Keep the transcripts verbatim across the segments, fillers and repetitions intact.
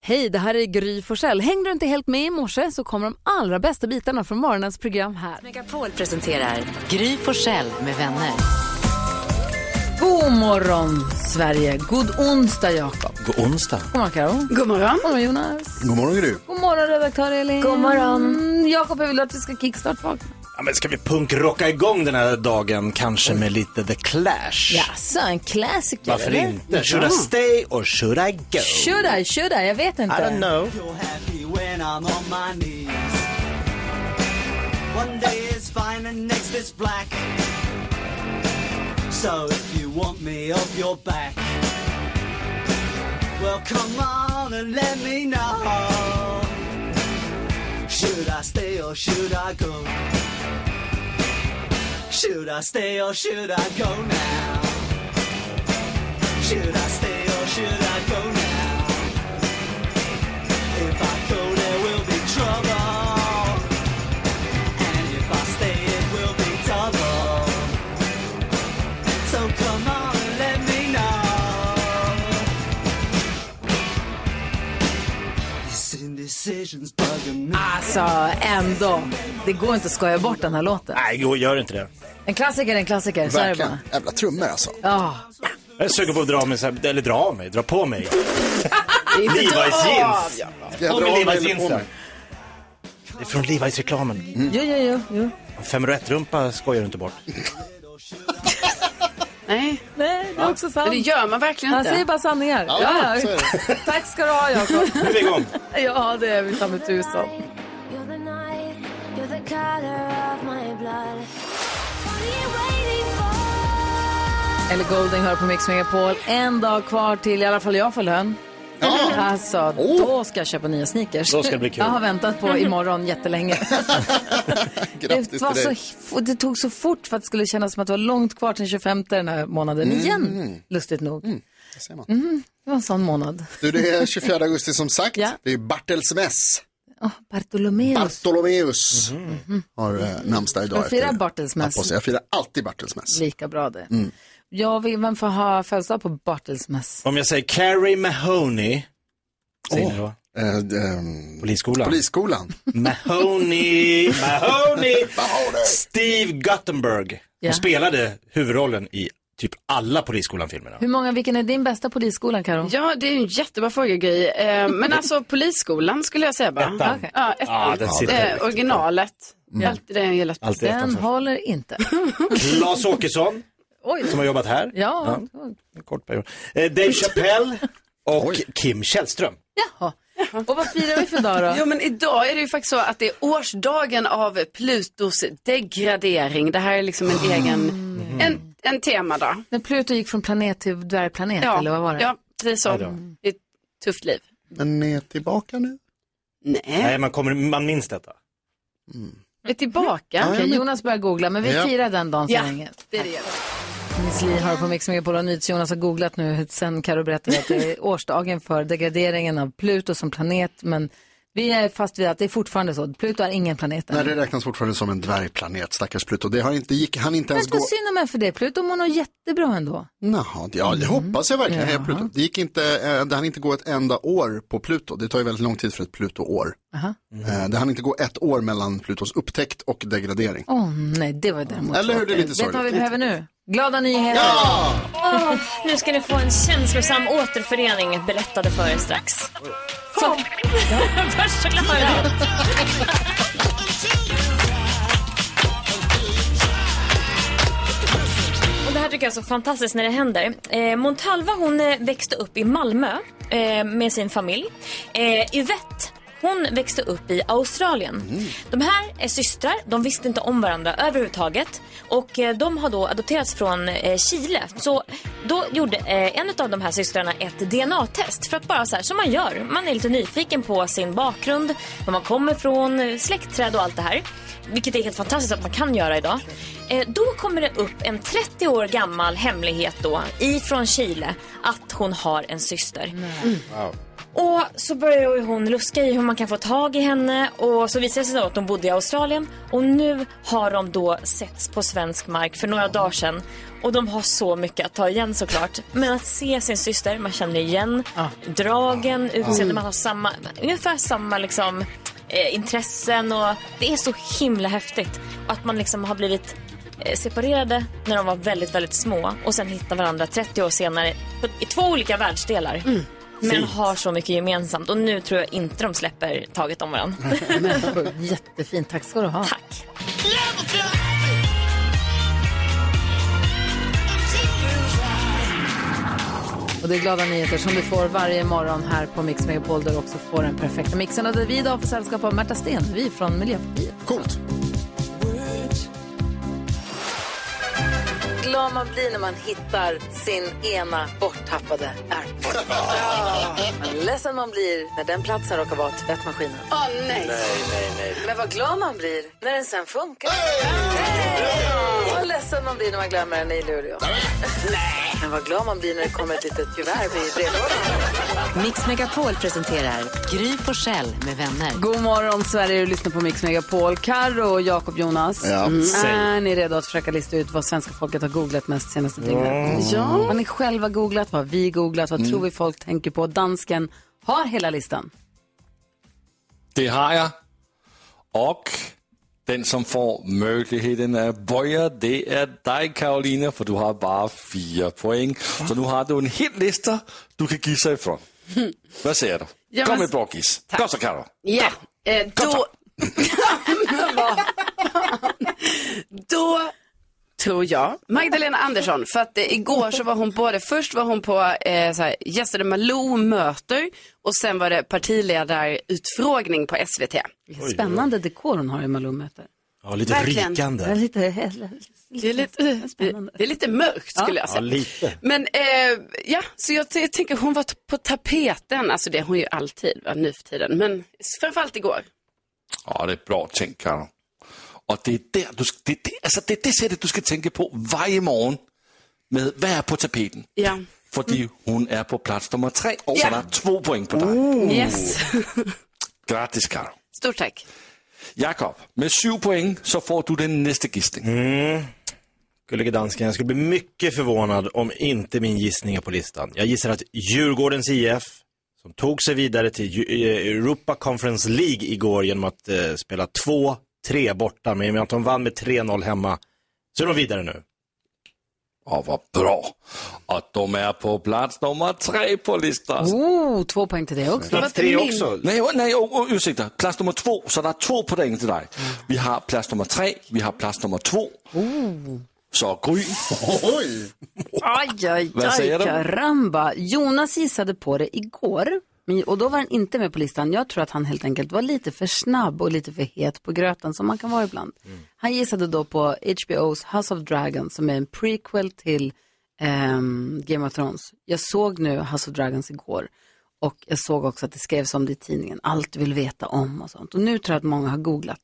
Hej, det här är Gry Forssell. Hängde du inte helt med i morse så kommer de allra bästa bitarna från morgonens program här. Megapol presenterar Gry Forssell med vänner. God morgon, Sverige. God onsdag, Jakob. God onsdag. God morgon, Karo. God morgon. God morgon, Jonas. God morgon, Gry. God morgon, redaktör Elin. God morgon. Jakob, jag vill att vi ska kickstart-vakna. Ja, men ska vi punkrocka igång den här dagen kanske med lite The Clash? Ja, så en klassiker. Varför eller? inte? Should I stay or should I go? Should I, should I? Jag vet inte. I don't know. You're happy when I'm on my knees. One day is fine and next is black. So if you want me off your back, well come on and let me know. Should I stay or should I go? Should I stay or should I go now? Should I stay or should I go now? If I go there will be trouble, and if I stay it will be double. So come on and let me know. This indecision's bugging me. Alltså, ändå. Det går inte att skoja bort den här låten. Nej, jo, gör inte det. En klassiker, en klassiker. Så är det Verkligen. bara. Jävla trummor alltså. Ja. Jag söker på att dra mig, så här, eller dra av mig, dra på mig. Levi's jeans. Jag På drar med mig Levi's eller på jeans. mig. Det är från Levi's-reklamen. Jo, jo, jo, jo. Fem och ett rumpa skojar du inte bort. Nej, Nej, det är också sant. men det gör man verkligen Han inte. säger bara sanningar. Ja, Ja, så är det. tack ska du ha, Jakob. Nu är vi igång. Ja, det är vi ta med tusen. You're the night, you're the color of my blood. What are you waiting for? Eller Golding hör på Mix Megapol. En dag kvar till i alla fall jag får lön. Ja. Alltså, då ska jag köpa nya sneakers. Då ska det bli kul. Jag har väntat på imorgon jättelänge. Grattis det, var till dig. så, det tog så fort för att det skulle kännas som att det var långt kvar till tjugofemte den här månaden igen. Lustigt nog. Det ser man. Mm, det var en sån månad. Du, det är tjugofjärde augusti som sagt. Ja. Det är Bartelsmäss. Oh, Bartolomeus. Bartolomeus har eh, namnsdag idag. Jag firar efter Bartelsmäss. Apostel. Jag firar alltid Bartelsmäss. Lika bra det. Mm. Jag vill, vem får ha födelsedag på Bartelsmäss? Om jag säger Carrie Mahoney. Säger ni då? Eh, ehm, Polisskolan. Polisskolan. Mahoney. Mahoney. Mahoney. Steve Guttenberg. Hon Ja. spelade huvudrollen i typ alla Polisskolan-filmerna. Hur många, vilken är din bästa polisskolan, Karo? Ja, det är en jättebra fråga, Gry. Eh, men alltså, Polisskolan skulle jag säga bara. Ettan. Okej. Ja, ettan. Ja, den sitter eh, riktigt originalet. Alltid det jag gillat. Alltid ettan Den först. håller inte. Claes Åkesson, Oj. som har jobbat här. Ja. En kort period. Eh, Dave Chappelle och Kim Källström. Jaha. Och vad firar vi för dag då? Jo, men idag är det ju faktiskt så att det är årsdagen av Plutos degradering. Det här är liksom en egen, en, en temadag. När Pluto gick från planet till dvärgplanet, Ja, eller vad var det? ja, precis så. Ja då. Det är ett tufft liv. Men är tillbaka nu? Nej, Nej, man, kommer, man minns detta. är tillbaka. Okej, Jonas börjar googla, men vi Ja. firar den dagen så Ja, länge. det är det. Miss Li har på Mix Megapol och Nyhets. Jonas har googlat nu sen Karo berättade att det är årsdagen för degraderingen av Pluto som planet, men vi är fast vid att det är fortfarande så. Pluto är ingen planet än. Nej, det räknas fortfarande som en dvärgplanet, stackars Pluto. Det har inte, gick, han inte Men ens vad gå... synd om mig för det. Pluto mår nog jättebra ändå. Naha, ja, det hoppas jag verkligen. Ja. Hej, Pluto. Det gick inte, eh, det hann inte gå ett enda år på Pluto. Det tar ju väldigt lång tid för ett Pluto-år. Aha. Eh, det hann inte gå ett år mellan Plutos upptäckt och degradering. Åh nej, det var däremot Eller hur, det är lite Vet du vad vi sorgligt. behöver nu? Glada nyheter. Ja! Åh, nu ska ni få en känslosam återförening berättade för er strax. Så, varsågod. Och det här tycker jag är så fantastiskt när det händer. Eh, Montalva, hon eh, växte upp i Malmö eh, med sin familj. Eh, Yvette, hon växte upp i Australien. Mm. De här är systrar, de visste inte om varandra överhuvudtaget. Och eh, de har då adopterats från eh, Chile. Så då gjorde eh, en av de här systrarna ett D N A-test. För att bara så här, som man gör. Man är lite nyfiken på sin bakgrund, var man kommer från, eh, släktträd och allt det här. Vilket är helt fantastiskt att man kan göra idag. Eh, då kommer det upp en trettio år gammal hemlighet då ifrån Chile att hon har en syster. Mm. Wow. Och så började hon luska i hur man kan få tag i henne. Och så visade det sig då att de bodde i Australien. Och nu har de då setts på svensk mark för några dagar sedan. Och de har så mycket att ta igen såklart. Men att se sin syster, man känner igen ah. dragen, utseende, man har samma, ungefär samma liksom, eh, intressen. Och det är så himla häftigt. Och att man liksom har blivit eh, separerade när de var väldigt, väldigt små. Och sen hittar varandra trettio år senare i två olika världsdelar. Mm. Men fint. Har så mycket gemensamt. Och nu tror jag inte de släpper taget om varandra. Men, jättefint, tack ska du ha. Tack. Och det är glada nyheter som du får varje morgon här på Mix Megapol, där du också får den perfekta mixen. Och vi idag får sällskap av Märta Sten, vi från Miljöpartiet. Coolt. Glad man blir när man hittar sin ena borttappade AirPod. Ja. Men ledsen man blir när den platsen råkar vara tvättmaskinen. Åh oh, nej. Nej, nej, nej. Men vad glad man blir när den sen funkar. Hey! Och ledsen man blir när man glömmer den i luren. Nej. Men vad glad man blir när det kommer ett litet kuvert vid brevlådan. Mix Megapol presenterar Gry Forssell med vänner. God morgon Sverige, du lyssnar på Mix Megapol. Karo och Jakob Jonas. Ja. Mm. Är ni redo att försöka lista ut vad svenska folket har googlat mest senaste dygnet? Mm. Ja. Har ni själva googlat? Vad har vi googlat? Vad mm. tror vi folk tänker på? Dansken har hela listan. Det har jag. Och den som får möjligheten att börja, det är dig, Karolina, för du har bara fyra poäng. Ja. Så nu har du en hel lista du kan gissa ifrån. Vad säger du? Ja, Kom med bra giss. Kom så, Karo. Ja, eh, då... då tror jag Magdalena Andersson, för att eh, igår så var hon både, först var hon på eh, så här, gästade Malou möter och sen var det partiledarutfrågning på S V T. Spännande dekor hon har i Malou möter. Ja, lite Verkligen. rikande. Det är lite, det är lite, spännande. Det är lite mörkt skulle jag säga. Ja, lite. Men eh, ja, så jag, jag tänker hon var på tapeten, alltså det är hon ju alltid, va, nu för tiden, men framförallt igår. Ja, det är bra tänkt, Karo. Och det är där du ska, det, det, alltså det är det sättet du ska tänka på varje morgon med vad är på tapeten. Ja. Fordi mm. hon är på plats nummer tre, och ja. Så är två poäng på dig. Oh. Yes. Grattis, Karo. Stort tack. Jakob, med sju poäng så får du den nästa gissning. Mm. Gullige dansken, jag skulle bli mycket förvånad om inte min gissning är på listan. Jag gissar att Djurgårdens I F, som tog sig vidare till Europa Conference League igår genom att eh, spela två tre borta, men att de vann med tre noll hemma, så är de vidare nu. Ja, vad bra. Att de är på plats nummer tre på listan. Oh, två poäng till det också. Plats tre också. Nej, nej, oh, oh, ursäkta. Plats nummer två, så det är två poäng till dig. Vi har plats nummer tre, vi har plats nummer två. Oh. Så Gry. Oj! Aj, aj, aj, karamba. Jonas gissade på det igår. Och då var han inte med på listan. Jag tror att han helt enkelt var lite för snabb och lite för het på gröten, som man kan vara ibland. Mm. Han gissade då på H B O's House of Dragons, som är en prequel till um, Game of Thrones. Jag såg nu House of Dragons igår. Och jag såg också att det skrevs om det i tidningen. Allt vill veta om och sånt. Och nu tror jag att många har googlat.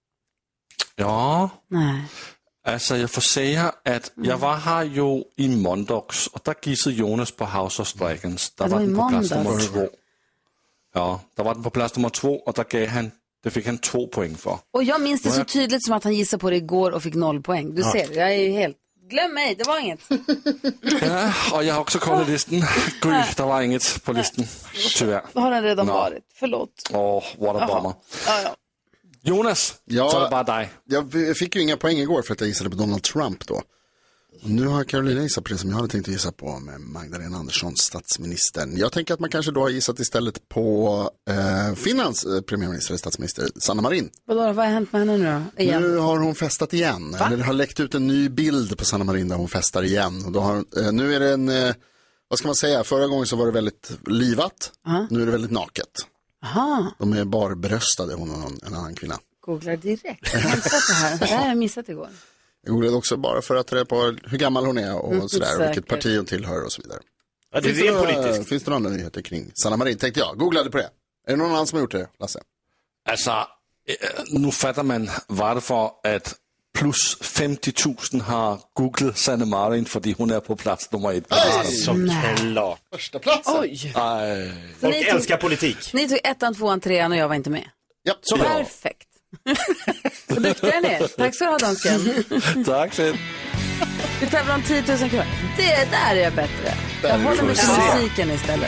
Ja. Nej. Alltså jag får säga att mm. jag var här ju i måndags, och där gissade Jonas på House of Dragons. Där var den på plats nummer två. Ja, där var den på plats nummer två, och där gav han, det fick han två poäng för. Och jag minns det så tydligt som att han gissade på det igår och fick noll poäng. Du ja. ser, jag är ju helt... Glöm mig, det var inget. Ja, och jag har också kollat listan. Gud, det var inget på listan. Tyvärr. Det har den redan no. varit, förlåt. Åh, oh, what a bummer. Ja, ja. Jonas, ja, så är det bara dig. Jag fick ju inga poäng igår för att jag gissade på Donald Trump då. Och nu har Carolina gissat på det som jag hade tänkt att gissa på med Magdalena Andersson, statsministern. Jag tänker att man kanske då har gissat istället på eh, Finlands eh, premiärminister, statsminister Sanna Marin. Vadå, vad har hänt med henne nu då? Igen? Nu har hon festat igen. Va? Eller det har läckt ut en ny bild på Sanna Marin där hon festar igen. Och då har, eh, nu är det en, eh, vad ska man säga, förra gången så var det väldigt livat. Uh-huh. Nu är det väldigt naket. Aha. De är barbröstade, hon och någon, en annan kvinna. Googlar direkt. Jag har missat det här. Det här har jag missat igår. Jag googlade också bara för att ta reda på hur gammal hon är och mm, sådär, och vilket parti hon tillhör och så vidare. Ja, det är finns, det det några, finns det några nyheter kring Sanna Marin? Tänkte jag, googlade på det. Är det någon annan som har gjort det, Lasse? Alltså, nu fattar man varför att plus femtio tusen har googlat Sanne Marin för hon är på plats nummer ett. Som klart. Första platsen. Oj. Aj. Folk ni älskar politik. Ni tog ettan, tvåan, trean och jag var inte med. Ja, Så bra. Perfekt. Så duktiga ni är. Tack så du ha, dansken. Tack sen. Vi tävlar om tio tusen kronor. Det där är jag bättre. Där Jag är håller du mig till får se. musiken istället.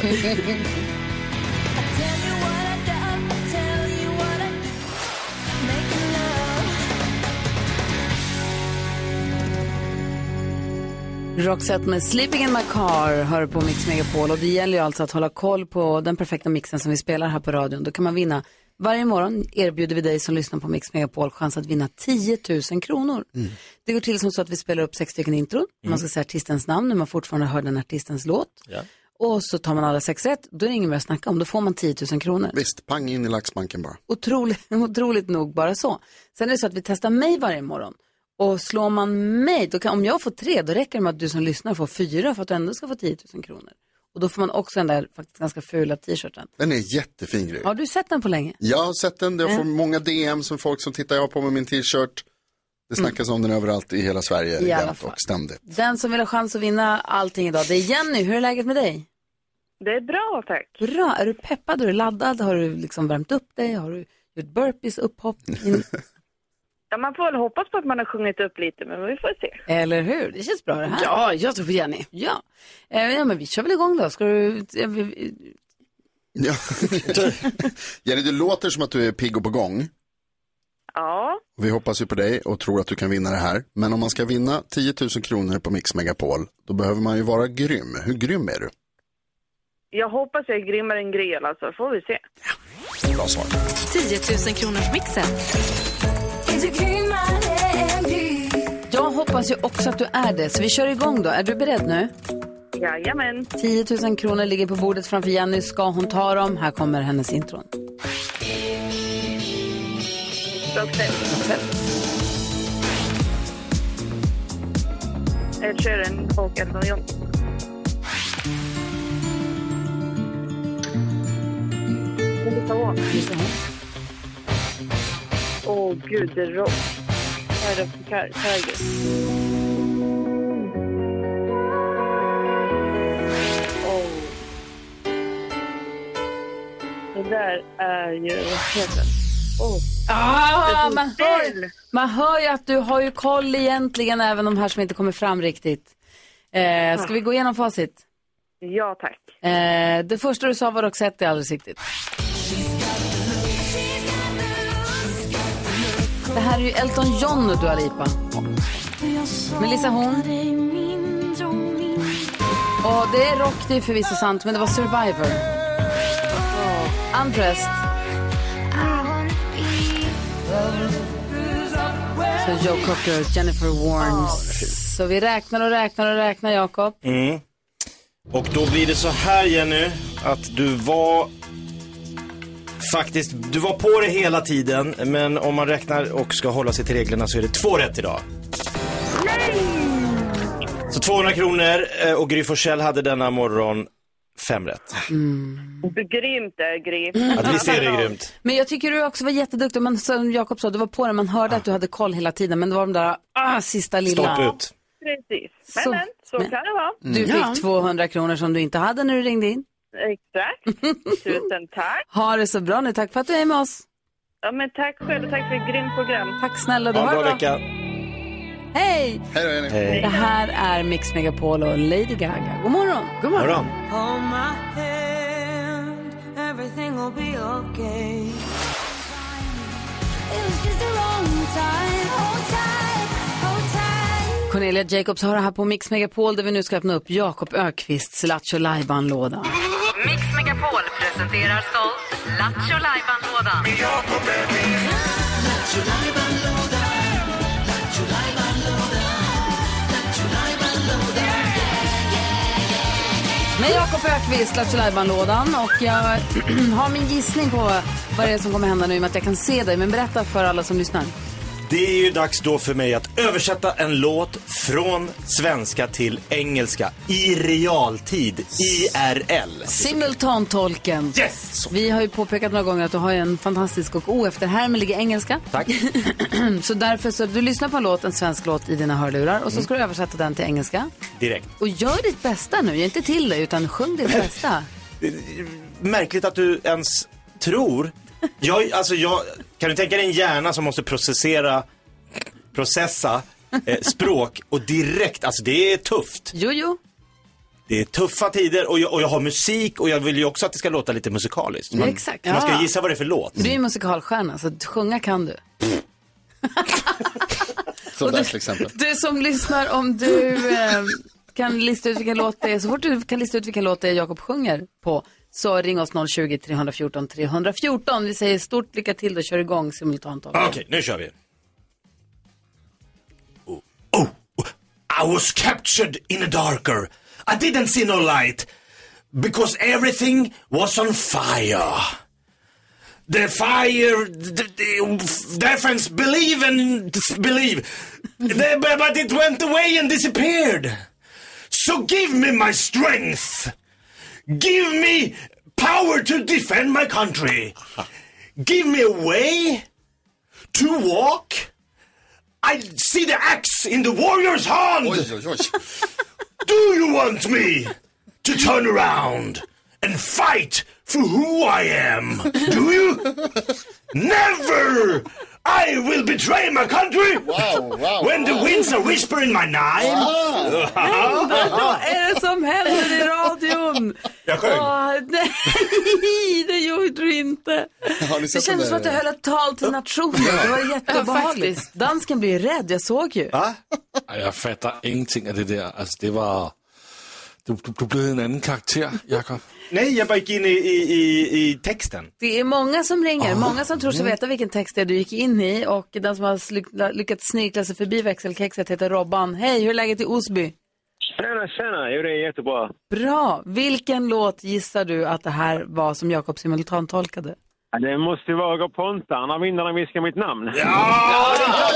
Roxette med Sleeping in my car hör på Mix Megapol, och det gäller ju alltså att hålla koll på den perfekta mixen som vi spelar här på radion. Då kan man vinna. Varje morgon erbjuder vi dig som lyssnar på Mix Megapol chans att vinna tio tusen kronor. Mm. Det går till som så att vi spelar upp sex stycken intron. Mm. Man ska säga artistens namn när man fortfarande hör den artistens låt. Ja. Och så tar man alla sex rätt. Då är det ingen mer att snacka om. Då får man tio tusen kronor. Visst, pang in i laxbanken bara. Otroligt, otroligt nog bara så. Sen är det så att vi testar mig varje morgon. Och slår man mig, då kan, om jag får tre, då räcker det med att du som lyssnar får fyra för att du ändå ska få tio tusen kronor. Och då får man också den där faktiskt ganska fula t-shirten. Den är jättefin grej. Har du sett den på länge? Jag har sett den, jag får mm. många D M som folk som tittar jag på med min t-shirt. Det snackas mm. om den överallt i hela Sverige, I jämt och ständigt. Den som vill ha chans att vinna allting idag, det är Jenny. Hur är läget med dig? Det är bra, tack. Bra, är du peppad? Är du laddad? Har du liksom värmt upp dig? Har du gjort burpees, upphopp? In... Ja, man får väl hoppas på att man har sjungit upp lite, men vi får se. Eller hur? Det känns bra det här. Ja, jag tror på Jenny. Ja, eh, ja men vi kör väl igång då. Ska du... Eh, vi... ja. Jenny, du låter som att du är pigg och på gång. Ja. Vi hoppas ju på dig och tror att du kan vinna det här. Men om man ska vinna tio tusen kronor på Mix Megapol, då behöver man ju vara grym. Hur grym är du? Jag hoppas jag är grymmare än Gry, alltså. Får vi se. Ja, bra svar. tio tusen kronors mixen. Jag hoppas ju också att du är det, så vi kör igång då. Är du beredd nu? Jajamän. tio tusen kronor ligger på bordet framför Jenny. Ska hon ta dem? Här kommer hennes intron. Roxette. Ed Sheeran och Elton John. Åh oh, gud, det är rock. Här är det Tiger. Oh. Det där är ju... Oh. Ah, man, hör, man hör ju att du har ju koll egentligen, även de här som inte kommer fram riktigt. Eh, ska vi gå igenom facit? Ja, tack. Eh, det första du sa var Roxette, är alldeles riktigt. Det här är ju Elton John och Dua Lipa. Melissa Horn. Och det är rock, det är förvisso sant, men det var Survivor. Undressed. Så Joe Cocker, Jennifer Warnes. Så vi räknar och räknar och räknar, Jakob. Mm. Och då blir det så här, Jenny, att du var faktiskt, du var på det hela tiden, men om man räknar och ska hålla sig till reglerna så är det två rätt idag. Nej! Så tvåhundra kronor, och Gry Forssell hade denna morgon fem rätt. Mm. Grymt är Gry. Att vi ser det grymt. Men jag tycker du också var jätteduktig. Men som Jakob sa, du var på det. Man hörde ah. att du hade koll hela tiden. Men det var de där ah, sista lilla. Stopp ut. Precis. Men så, men, så men, kan det vara. Du fick ja. tvåhundra kronor som du inte hade när du ringde in. Exakt. Tusen tack. Ha det så bra nu. Tack för att du är med oss. Ja, men tack själv och tack för ett grymt program. Tack snälla. Du ha har en bra vecka. Hej! Hej då, Hej. Det här är Mix Megapol och Lady Gaga. God morgon. God morgon. Hold my hand, everything will be okay. It was just the wrong time. Hold tight, hold tight. Cornelia Jacobs har det här på Mix Megapol, där vi nu ska öppna upp Jakob Ökvists Lattjo Lajban-låda. Mix Megapol presenterar stolt Lattjo Lajban-lådan. Med Jakob Ökvist. Lattjo Lajban-låda. Lattjo Lajban-låda. Lattjo Lajban-låda. Med Jakob Ökvist, Lattjo Lajban-lådan. Och jag har min gissning på vad det är som kommer hända nu, med att jag kan se dig. Men berätta för alla som lyssnar. Det är ju dags då för mig att översätta en låt från svenska till engelska i realtid, I R L. Simultantolken. Yes! Vi har ju påpekat några gånger att du har en fantastisk och oefterhärmlig engelska. Tack. Så därför så du lyssnar på en låt, en svensk låt i dina hörlurar och så ska du översätta den till engelska. Direkt. Och gör ditt bästa nu, inte till dig utan sjung ditt bästa. Märkligt att du ens tror. Jag, alltså jag, kan du tänka dig en hjärna som måste processera, processa eh, språk och direkt, alltså det är tufft. Jo, jo. Det är tuffa tider och jag, och jag har musik och jag vill ju också att det ska låta lite musikaliskt. Man, Exakt. man ska Ja. gissa vad det är för låt. Du är ju musikalstjärna så att sjunga kan du. Så där till exempel. Du som lyssnar, om du eh, kan lista ut vilken låt det är, så fort du kan lista ut vilken låt det är Jakob sjunger på, så ring oss noll tjugo, tre ett fyra, tre ett fyra. Vi säger stort lycka till och kör igång simultant. Okej, okay, nu kör vi. Oh, oh, I was captured in a darker. I didn't see no light because everything was on fire. The fire, the, the, their friends believe and disbelieve. They, but it went away and disappeared. So give me my strength. Give me power to defend my country. Give me a way to walk. I see the axe in the warrior's hand. Oj, oj, oj. Do you want me to turn around and fight for who I am? Do you? Never! I will betray my country. Wow, wow, when wow. the winds are whispering my name. Wow. Vad är det som händer i radion? Jag sjöng. Åh, nej, det gjorde du inte. Har ni sett Det kändes den som att du där- höll ett tal till nationen. Det var jätteobehagligt. faktiskt. Dansken blir ju rädd, jag såg ju. Va? Jag fattar ingenting av det där. Alltså, det var... Du, du, du blev en annan karaktär, Jakob. Nej, jag bara gick in i, i, i, i texten. Det är många som ringer, många som tror sig veta vilken text det är du gick in i. Och den som har sly- lyckats snirkla sig förbi växelkexet heter Robban. Hej, hur är läget i Osby? Tjena, tjena. Jo, det är jättebra. Bra. Vilken låt gissar du att det här var som Jakob simultantolkade? Ja, det måste ju vara Ponta när vindarna viskar mitt namn. Ja!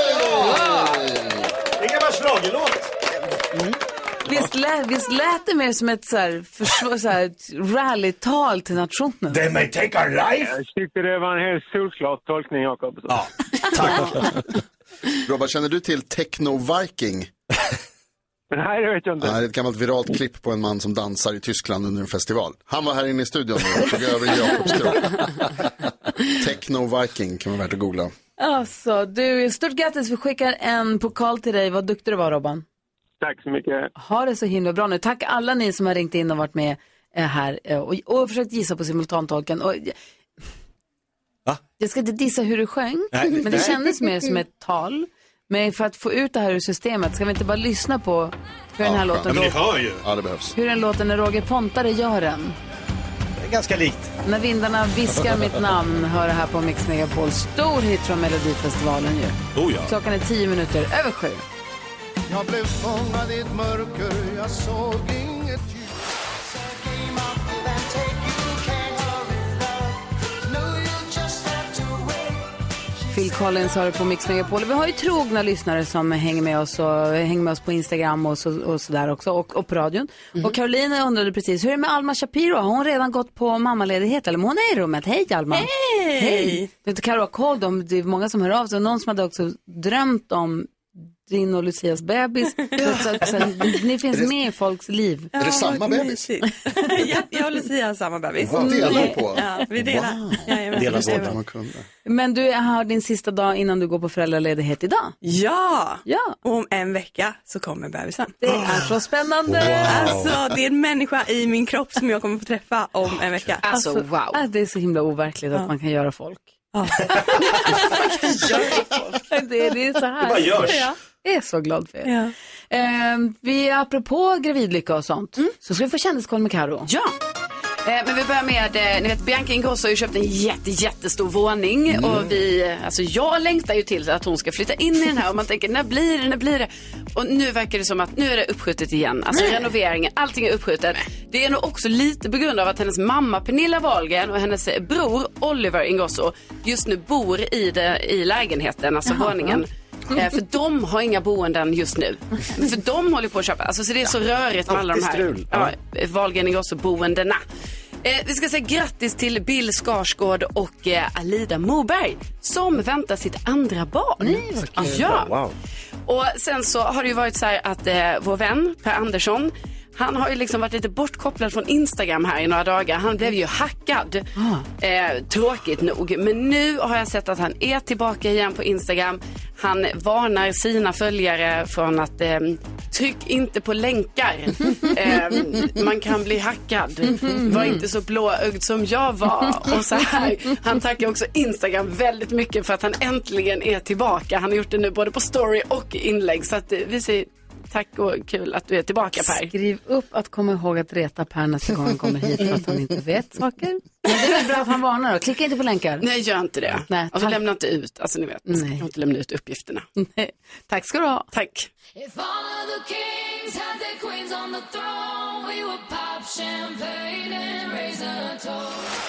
Det kan vara schlagerlåt. Visst, lä, visst lät det mer som ett så här, försvar, så här rallytal till nationen? They may take our life. Jag tyckte det var en helt solklar tolkning, Jakob. Ja, tack. Robert, känner du till Techno Viking? Nej, det vet jag inte. Ja, det är ett gammalt viralt klipp på en man som dansar i Tyskland under en festival. Han var här inne i studion och tog över Jakobs kropp. Techno Viking kan vara värt att googla. Alltså, du, stort grattis. Vi skickar en pokal till dig. Vad duktig du var, Robban. Tack så mycket. Ha det så himla bra nu. Tack alla ni som har ringt in och varit med eh, här eh, och, och försökt gissa på simultantolken. Och, Va? jag ska inte dissa hur du sjöng, Nej. men det Nej. kändes mer som ett tal. Men för att få ut det här ur systemet ska vi inte bara lyssna på hur den här Ja, låten Ja, men ni låter. hör ju. Ja, det behövs. Hur den låter när Roger Pontare gör den. Det är ganska likt. När vindarna viskar mitt namn, hör det här på Mix Megapol. Stor hit från Melodifestivalen ju. Oh ja. Klockan är tio minuter över sju. Jag blev fångad i ett mörker, jag såg inget ljus. Phil Collins har det på Mix Megapol. Vi har ju trogna lyssnare som hänger med oss och hänger med oss på Instagram och så, och så där också och, och på radion. Mm. Och Carolina undrade precis, hur är det med Alma Shapiro? Har hon redan gått på mammaledighet eller? Men hon är i rummet. Hej Alma. Hej! Hej! Det är Karo Koll, de, det är många som hör av sig. Någon som hade också drömt om din och Lucias bebis. Så, så, så, ni finns det, med i folks liv. Är det samma bebis? Ja, jag och Lucia har samma bebis. Vad delar på? Ja, vi delar. Wow. Ja, Delar Vad man kunde. Men du har din sista dag innan du går på föräldraledighet idag. Ja, Ja. och om en vecka så kommer bebisen. Det är så spännande. Wow. Alltså, det är en människa i min kropp som jag kommer få träffa om en vecka. Alltså, wow. äh, det är så himla overkligt att man kan göra folk. Ja. det, det är så här. Det bara görs. Ja. Jag är så glad för er. Ja. Eh, vi apropå gravidlycka och sånt så ska vi få kändiskoll med Karo. Ja. Eh, men vi börjar med, eh, ni vet Bianca Ingrosso har ju köpt en jätte, jättestor våning mm. och vi, alltså jag längtar ju till att hon ska flytta in i den här och man tänker, när blir det, när blir det? Och nu verkar det som att nu är det uppskjutet igen, alltså Nej. renoveringen, allting är uppskjutet. Det är nog också lite på grund av att hennes mamma Pernilla Wahlgren och hennes bror Oliver Ingrosso just nu bor i, det, i lägenheten, alltså Jaha. våningen. Eh, för de har inga boenden just nu. För de håller på att köpa. Alltså, så det är så rörigt med alla de här ja, Wahlgren Ingrosso-boendena. Eh, vi ska säga grattis till Bill Skarsgård och eh, Alida Moberg som väntar sitt andra barn. Nej, vad kul. Ja. Wow. Och sen så har det ju varit så här att eh, vår vän Per Andersson, han har ju liksom varit lite bortkopplad från Instagram här i några dagar. Han blev ju hackad. Ah. Eh, tråkigt nog. Men nu har jag sett att han är tillbaka igen på Instagram. Han varnar sina följare från att eh, tryck inte på länkar. eh, man kan bli hackad. Var inte så blåögd som jag var. Och så här. Han tackar också Instagram väldigt mycket för att han äntligen är tillbaka. Han har gjort det nu både på story och inlägg. Så att eh, vi säger tack och kul att du är tillbaka, Per. Skriv upp att komma ihåg att reta Per nästa gång han kommer hit för att han inte vet saker. Men det är väl bra att han varnar då. Klicka inte på länkar. Nej, gör inte det. Nej, alltså lämna inte ut. Alltså ni vet, man ska inte lämna ut uppgifterna. Nej. Tack ska du ha. Tack. If all of the kings had their queens on the throne, we would pop champagne and raise a toast.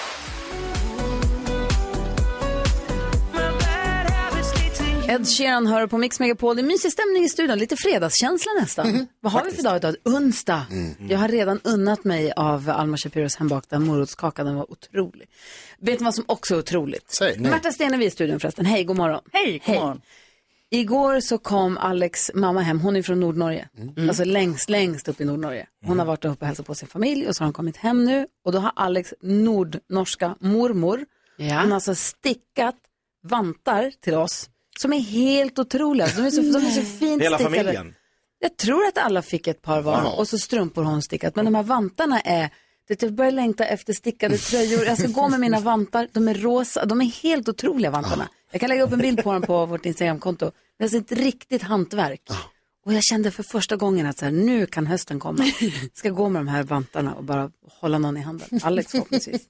Ed Sheeran hör på Mix Megapol. Det är mysig stämning i studion, lite fredagskänsla nästan. Mm, Vad har faktiskt. vi för dag idag? Onsdag. Mm. Jag har redan unnat mig av Alma Shapiros hembakta morotskaka. Den var otrolig. Vet ni vad som också är otroligt? Säg, Märta Stenevi i studion förresten. Hej, god morgon. Hej, god morgon. Igår så kom Alex mamma hem. Hon är från Nordnorge. Mm. Alltså längst, längst upp i Nordnorge. Hon mm. har varit uppe och hälsat på sin familj och så har hon kommit hem nu. Och då har Alex nordnorska mormor. Ja. Hon har alltså stickat vantar till oss. Som är helt otroliga. De är så, de är så fint Hela stickade. familjen? Jag tror att alla fick ett par var. Och så strumpor hon stickat. Men de här vantarna är... Jag börjar längta efter stickade tröjor. Jag ska gå med mina vantar. De är rosa. De är helt otroliga vantarna. Jag kan lägga upp en bild på dem på vårt Instagramkonto. Det är ett riktigt hantverk. Och jag kände för första gången att så här, nu kan hösten komma. Jag ska gå med de här vantarna och bara hålla någon i handen. Alex förhoppningsvis.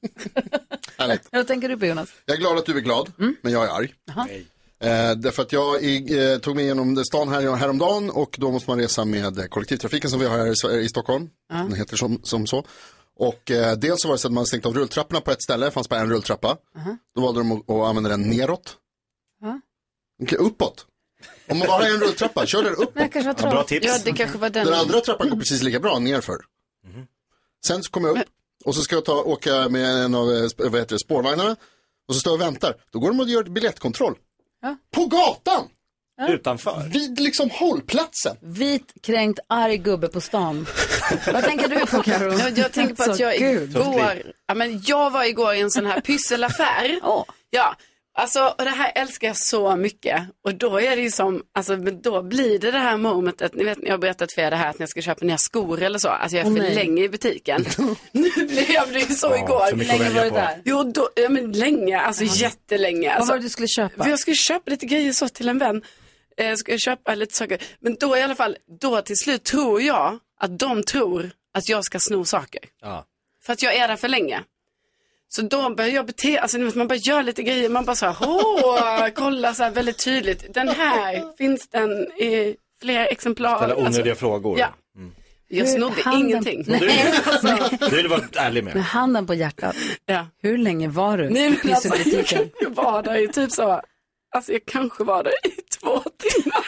Vad tänker du på, Jonas? Jag är glad att du är glad, mm. men jag är arg. Eh, därför att jag eh, tog mig igenom stan här, häromdagen och då måste man resa med kollektivtrafiken som vi har här i, i Stockholm. Uh-huh. Den heter som, som så. Och eh, dels så var det så att man stängt av rulltrapporna på ett ställe, det fanns bara en rulltrappa. Uh-huh. Då valde de att, att använda den neråt. Uh-huh. Okay, uppåt. Om man bara har en rulltrappa, kör den uppåt. Ja, bra tips. Ja, det kanske var den. Den andra trappan går precis lika bra nerför. Uh-huh. Sen så kommer jag upp och så ska jag ta, åka med en av vad heter det, spårvagnarna. Och så står jag och väntar. Då går de och gör biljettkontroll. Ja. På gatan! Ja. Utanför? Vid liksom hållplatsen. Vit, kränkt, arg gubbe på stan. Vad tänker du på, Karo? Jag, jag tänker på att jag igår... Ja, men jag var igår i en sån här pysselaffär. Oh. Ja, alltså, och det här älskar jag så mycket. Och då är det ju som... Alltså, då blir det det här momentet... Ni vet, jag har berättat för er det här att när jag ska köpa nya skor eller så. Alltså, jag är för oh, länge i butiken. Nu blev jag blev så oh, igår. Hur länge var det där? Jo, då, ja, men länge. Alltså, uh-huh. jättelänge. Alltså, vad var det du skulle köpa? Jag skulle köpa lite grejer så till en vän. Jag ska köpa lite saker. Men då i alla fall, då till slut tror jag att de tror att jag ska sno saker. Ja. För att jag är där för länge. Så då börjar jag bete, alltså man bara gör lite grejer, man bara så här, åh, kolla så här väldigt tydligt. Den här finns den i flera exemplar. Ställa onödiga alltså, frågor. Ja. Mm. Jag snodde handen... ingenting. Nej. Alltså. Du vill vara ärlig med. Med handen på hjärtat. Ja. Hur länge var du Nej, i alltså, butiken? Jag var där i typ så, alltså jag kanske var där i två timmar.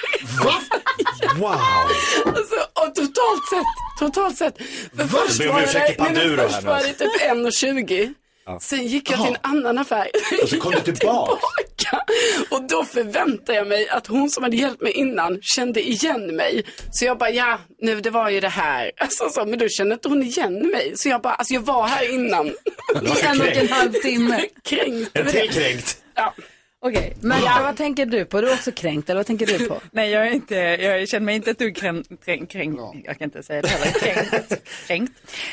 Wow. Alltså, och totalt sett, totalt sett. För först var, det, nej, först var det typ en tjugo. Ja. Sen gick jag Aha. till en annan affär. Och så kom du tillbaka. tillbaka. Och då förväntade jag mig att hon som hade hjälpt mig innan kände igen mig. Så jag bara, ja, nu det var ju det här. Alltså, så, men då kände inte hon igen mig. Så jag bara, alltså jag var här innan. I en och en halv timme. Kränkt. En till kränkt. Ja. Okej, okay. Men ja. vad tänker du på? Du är också kränkt, eller vad tänker du på? Nej, jag är inte, jag känner mig inte ett dugg kränkt, kränkt, kränkt. Jag kan inte säga det heller, kränkt, kränkt.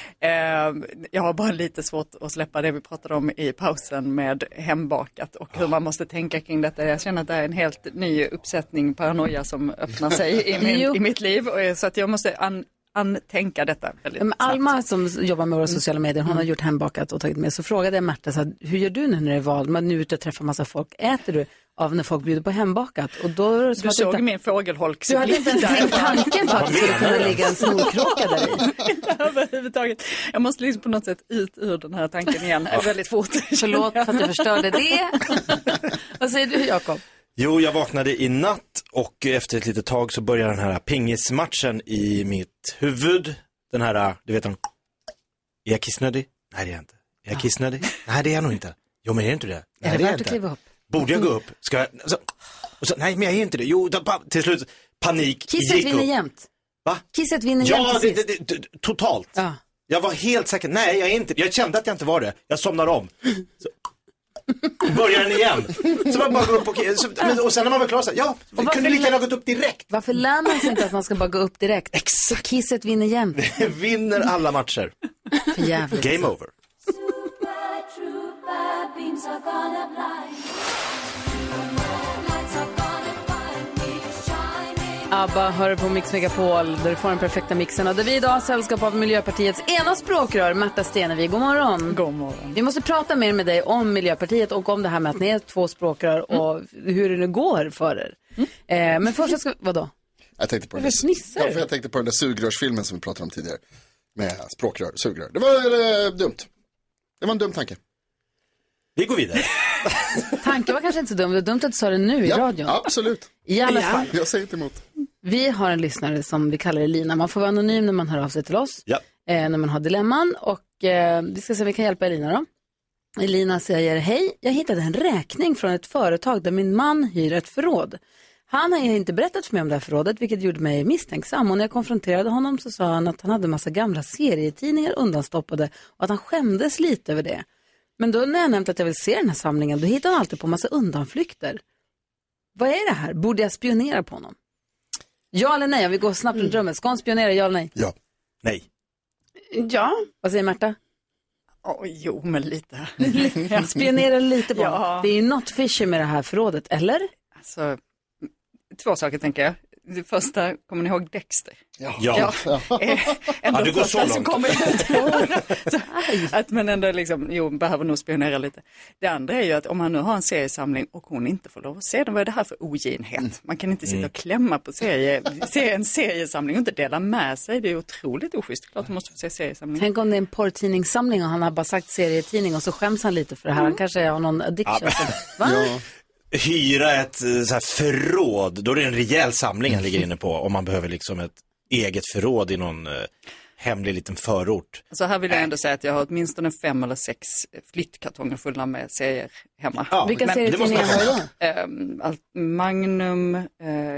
Uh, jag har bara lite svårt att släppa det vi pratade om i pausen med hembakat och hur man måste tänka kring detta. Jag känner att det är en helt ny uppsättning paranoia som öppnar sig i, min, i mitt liv, och så att jag måste an, antänka detta väldigt Men Alma som jobbar med våra sociala medier, hon har gjort hembakat och tagit med, så frågade jag Märta så här, hur gör du nu när det är val? Man är ute och träffar massa folk. Äter du av när folk bjuder på hembakat? Och då, du såg inte, min fågelholk. Du hade inte ens tänkt tanken på att det skulle kunna ligga en snorkråka där i. Inte överhuvudtaget. Jag måste liksom på något sätt ut ur den här tanken igen. Ja. Väldigt fort. Förlåt för att du förstörde det. Vad säger du, Jakob? Jo, jag vaknade i natt och efter ett litet tag så började den här pingismatchen i mitt huvud. Den här, du vet, är jag kissnödig? Nej, det är jag inte. Är jag kissnödig? Nej, det är jag nog inte. Jo, men är inte det? Nej, är det, det är värt inte. att kliva upp? Borde jag gå upp? Ska jag... Så, och så, nej, men jag är inte det. Jo, då, till slut, panik. Kisset gick vinner upp. jämt. Va? Kisset vinner ja, jämt det, till det, sist. det, det, totalt. Ja. Jag var helt säker. Nej, jag är inte. Jag kände att jag inte var det. Jag somnade om. Så. Börjar den igen. Så man bara går upp och, så, men, och sen när man var klar så ja, vi kunde lika gärna gått upp direkt. Varför lär man sig inte att man ska bara gå upp direkt? Exakt. Så kisset vinner jämt. Vinner alla matcher. För jävligt. Game over. ABBA hör på Mix Megapol där du får den perfekta mixen. Och där vi idag har sällskap av Miljöpartiets ena språkrör, Märta Stenevi. God morgon. God morgon. Vi måste prata mer med dig om Miljöpartiet och om det här med att ni är två språkrör och mm. hur det nu går för er. Mm. Eh, men först ska, vadå? Jag tänkte på det. det. Snissar ja, för jag tänkte på den där sugrörsfilmen som vi pratade om tidigare. Med språkrör, sugrör. Det var eh, dumt. Det var en dum tanke. Vi går vidare. Tanken var kanske inte så dum. Det var dumt att du sa det nu i ja, radion. Absolut. I alla fall. Jag säger inte emot. Vi har en lyssnare som vi kallar Elina. Man får vara anonym när man hör av sig till oss. Ja. Eh, när man har dilemman. Och eh, vi ska se om vi kan hjälpa Elina då. Elina säger, hej, jag hittade en räkning från ett företag där min man hyr ett förråd. Han har inte berättat för mig om det här förrådet, vilket gjorde mig misstänksam. Och när jag konfronterade honom så sa han att han hade en massa gamla serietidningar undanstoppade och att han skämdes lite över det. Men då när jag nämnt att jag vill se den här samlingen, då hittar han alltid på massa undanflykter. Vad är det här? Borde jag spionera på honom? Ja eller nej? Jag vill gå snabbt runt rummet. Ska han spionera, ja eller nej? Ja. Nej. Ja. Vad säger Märta? Oh, jo, men lite. Spionera lite på ja. honom. Det är ju något fishy med det här förrådet, eller? Alltså, två saker tänker jag. Det första, kommer ni ihåg Dexter? Ja. ja. ja. ja det går så långt. Kommer så, att man ändå liksom, jo, behöver nog spionera lite. Det andra är ju att om han nu har en seriesamling och hon inte får lov att se den, vad är det här för oginhet? Mm. Man kan inte sitta och klämma på serie, se en seriesamling och inte dela med sig. Det är otroligt oschysst. Klart du måste få se seriesamling. Tänk om det är en porrtidningssamling och han har bara sagt serietidning och så skäms han lite för det här. Han kanske har någon addiction. Ja. Va? Ja. Hyra ett så här förråd, då är det en rejäl samling han ligger inne på om man behöver liksom ett eget förråd i någon eh, hemlig liten förort. Så här vill jag ändå säga att jag har åtminstone fem eller sex flyttkartonger fulla med serier hemma. Ja, vilka serietidningar har du då? Äh, allt Magnum, äh,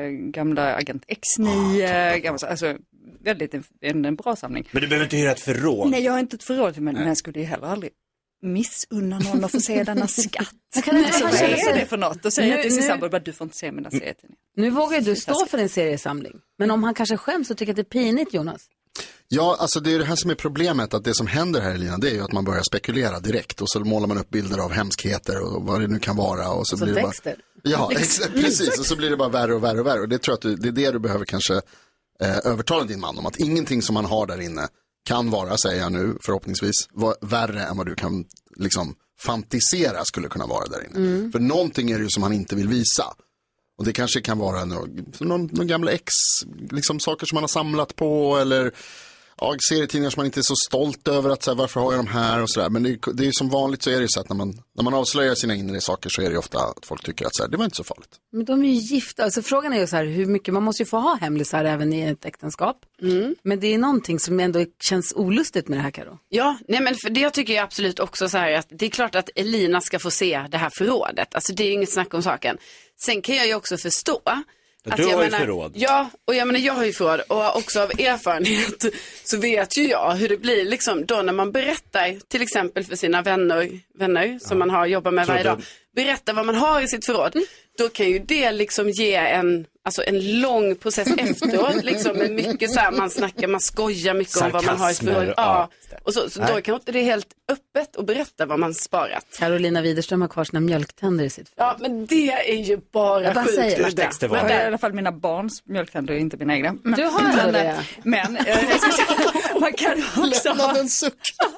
gamla Agent X nio, gamla, alltså väldigt en, en bra samling. Men du behöver inte hyra ett förråd? Nej, jag har inte ett förråd, men, men jag skulle ju heller aldrig missunna någon att få se denna skatt. Kan inte så vad är det för något? Och säga till sin sambo att du får inte se mina serietidningar. Nu vågar du stå för en seriesamling. Men om han kanske skäms och tycker att det är pinigt, Jonas? Ja, alltså det är det här som är problemet. Att det som händer här, Elina, det är ju att man börjar spekulera direkt. Och så målar man upp bilder av hemskheter och vad det nu kan vara. Och så, så blir det växter. Bara... Ja, precis. Och så blir det bara värre och värre och värre. Och det tror jag att du, det är det du behöver kanske eh, övertala din man om. Att ingenting som man har där inne kan vara, säger jag nu förhoppningsvis, var värre än vad du kan liksom fantisera skulle kunna vara där inne. Mm. För någonting är det ju som han inte vill visa. Och det kanske kan vara någon, någon, någon gamla ex, liksom saker som man har samlat på eller ja, serietidningar som man inte är så stolt över att så här, varför har jag de här och sådär. Men det, det är ju som vanligt så är det ju så att när man, när man avslöjar sina inre saker så är det ju ofta att folk tycker att så här, det var inte så farligt. Men de är ju gifta, alltså frågan är ju så här hur mycket, man måste ju få ha hemlisar även i ett äktenskap. Mm. Men det är någonting som ändå känns olustigt med det här, Karo. Ja, nej men för det jag tycker jag absolut också så här att det är klart att Elina ska få se det här förrådet. Alltså det är ju inget snack om saken. Sen kan jag ju också förstå att du har ju förråd. Ja, och jag menar jag har ju förråd och också av erfarenhet så vet ju jag hur det blir liksom då när man berättar till exempel för sina vänner, vänner ja. som man har jobbat med varje dag. Berätta vad man har i sitt förråd. Mm. Då kan ju det liksom ge en, alltså en lång process efteråt. Liksom med mycket så här, man snackar, man skojar mycket om vad man har i sitt förråd. Ja. Och så, så då kan inte det är helt öppet att berätta vad man sparat. Carolina Widerström har kvar sina mjölktänder i sitt förråd. Ja, men det är ju bara bara sjukt. Säger, men det är i alla fall mina barns mjölktänder, inte mina egna. Men, du har men, det. Men äh, jag ska säga, man kan också ha en suck.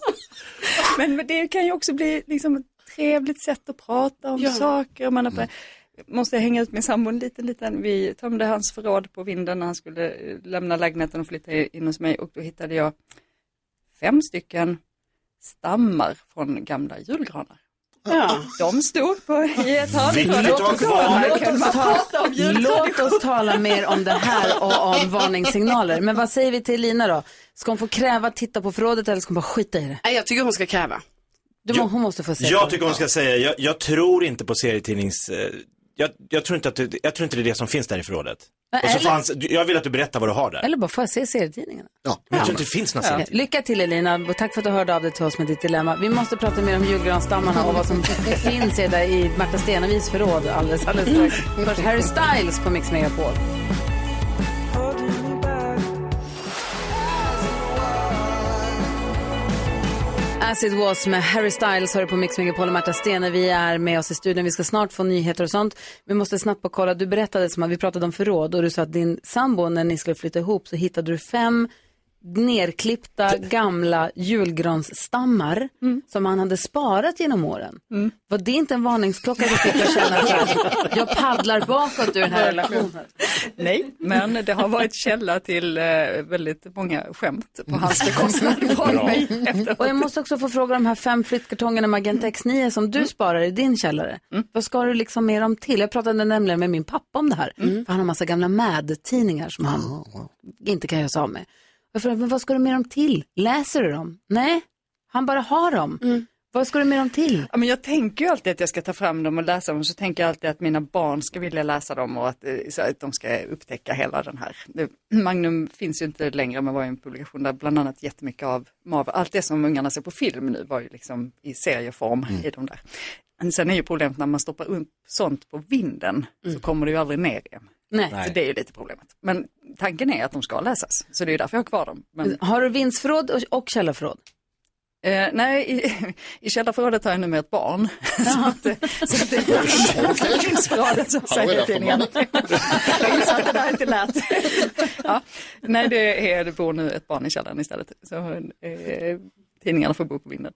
men det kan ju också bli liksom trevligt sätt att prata om ja. saker. Man mm. måste hänga ut min sambo en liten, liten. Vi tömde hans förråd på vinden när han skulle lämna lägenheten och flytta in hos mig. Och då hittade jag fem stycken stammar från gamla julgranar. Ja, de stod på i ett hörn. Viktigt att vara Låt oss, ta, låt oss tala mer om det här och om varningssignaler. Men vad säger vi till Lina då? Ska hon få kräva att titta på förrådet eller ska hon bara skita i det? Nej, jag tycker hon ska kräva. Du, jag, hon måste få se. Jag tycker hon ska säga, jag, jag tror inte på serietidnings... Eh, jag, jag, tror inte att det, jag tror inte det är det som finns där i förrådet. Och så fanns, jag vill att du berättar vad du har där. Eller bara får jag se serietidningarna? Ja, men jag tror inte det finns några ja. Lycka till Elina och tack för att du hörde av dig till oss med ditt dilemma. Vi måste prata mer om julgranstammarna och vad som finns i, där i Märta Stenevis förråd alldeles, alldeles strax. Först Harry Styles på Mix Megapol. As it was med Harry Styles hör på Mix Megapol och Märta Stene. Vi är med oss i studion. Vi ska snart få nyheter och sånt. Vi måste snabbt bara kolla. Du berättade som att vi pratade om förråd och du sa att din sambo när ni skulle flytta ihop så hittade du fem nerklippta gamla julgransstammar mm. som han hade sparat genom åren. Mm. Var det inte en varningsklocka du fick att känna att jag paddlar bakåt ur den här relationen? Nej, men det har varit källa till eh, väldigt många skämt på hans bekostnad från mig. Och jag måste också få fråga de här fem flyttkartongerna Magenta X nio som du mm. sparar i din källare. Mm. Vad ska du liksom med dem till? Jag pratade nämligen med min pappa om det här. Mm. För han har massa gamla Mad-tidningar som han oh, wow. inte kan göra sig av med. Men vad ska du med dem till? Läser du dem? Nej, han bara har dem. Mm. Vad ska du med dem till? Ja, men jag tänker ju alltid att jag ska ta fram dem och läsa dem. Så tänker jag alltid att mina barn ska vilja läsa dem och att, så att de ska upptäcka hela den här. Det, Magnum finns ju inte längre, men var en publikation där bland annat jättemycket av Marvel. Allt det som ungarna ser på film nu var ju liksom i serieform mm. i de där. Men sen är ju problemet när man stoppar upp sånt på vinden mm. så kommer det ju aldrig ner igen. Nej. Så det är ju lite problemet. Men tanken är att de ska läsas. Så det är därför jag har kvar dem. Men... Har du vindsförråd och, och källarförråd? Eh, nej, i, i källarförrådet har jag nu med ett barn. så att, så att det är vindsförrådet som säger tidningen. Jag gissar att det där inte lät. ja, nej, det, är, det bor nu ett barn i källaren istället. Så eh, tidningarna får bo på vinden.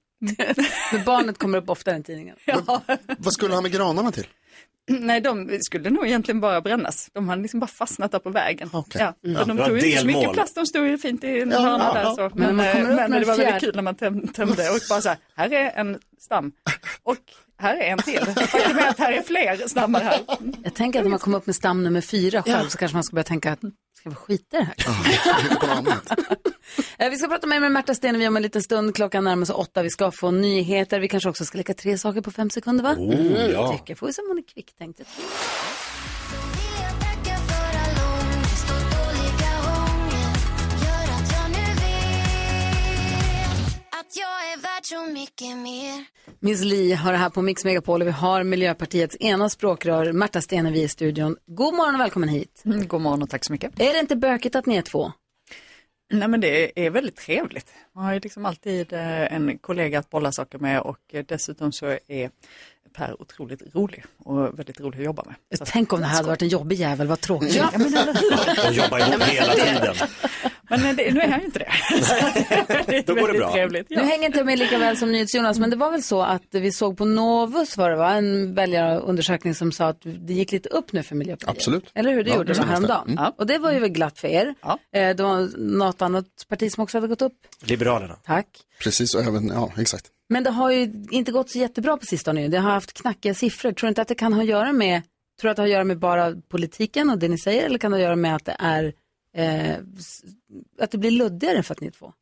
Men barnet kommer upp oftare än tidningen. Ja. Vad skulle han med granarna till? Nej, de skulle nog egentligen bara brännas. De hade liksom bara fastnat där på vägen. Okay. Ja. Ja, de tog ju inte så mycket plats, de stod ju fint i en hörna ja, där. Ja. Så. Men, men, men det var fjär... väldigt kul när man töm, tömde och bara så här, här är en stam och här är en till. Faktum är att här är fler stammar här. Jag tänker att när man kommer upp med stam nummer fyra själv ja. så kanske man ska börja tänka att ska vi skita i det här? Vi ska prata med, med Märta Stenevi om en liten stund. Klockan närmar sig åtta. Vi ska få nyheter. Vi kanske också ska leka tre saker på fem sekunder, va? Oh, mm. ja. Tycker. Får vi se om hon är kvick, tänkte jag. Jag är värd så mycket mer. Miss Li har det här på Mix Megapol och vi har Miljöpartiets ena språkrör Märta Stenevi i studion. God morgon och välkommen hit. Mm, god morgon och tack så mycket. Är det inte bökigt att ni är två? Nej, men det är väldigt trevligt. Man har ju liksom alltid en kollega att bolla saker med och dessutom så är Per otroligt rolig och väldigt rolig att jobba med. Jag tänk om det här hade varit en jobbig jävel, vad tråkigt. Ja, men eller hur? Jag jobbar ihop hela tiden. Men det, nu är han ju inte det. det är Då går det bra. Trevligt. Ja. Nu hänger inte med lika väl som NyhetsJonas, men det var väl så att vi såg på Novus var det va? En väljarundersökning som sa att det gick lite upp nu för Miljöpartiet. Absolut. Eller hur? Det ja, gjorde det häromdagen. Mm. Och det var ju väl glatt för er. Ja. Det var något annat parti som också hade gått upp. Liberalerna. Tack. Precis, och även, ja, exakt. Men det har ju inte gått så jättebra på sistone. Det har haft knackiga siffror. Tror du inte att det kan ha att göra med, tror du att det har att göra med bara politiken och det ni säger, eller kan det ha att göra med att det är eh, att det blir luddigare för att ni är två?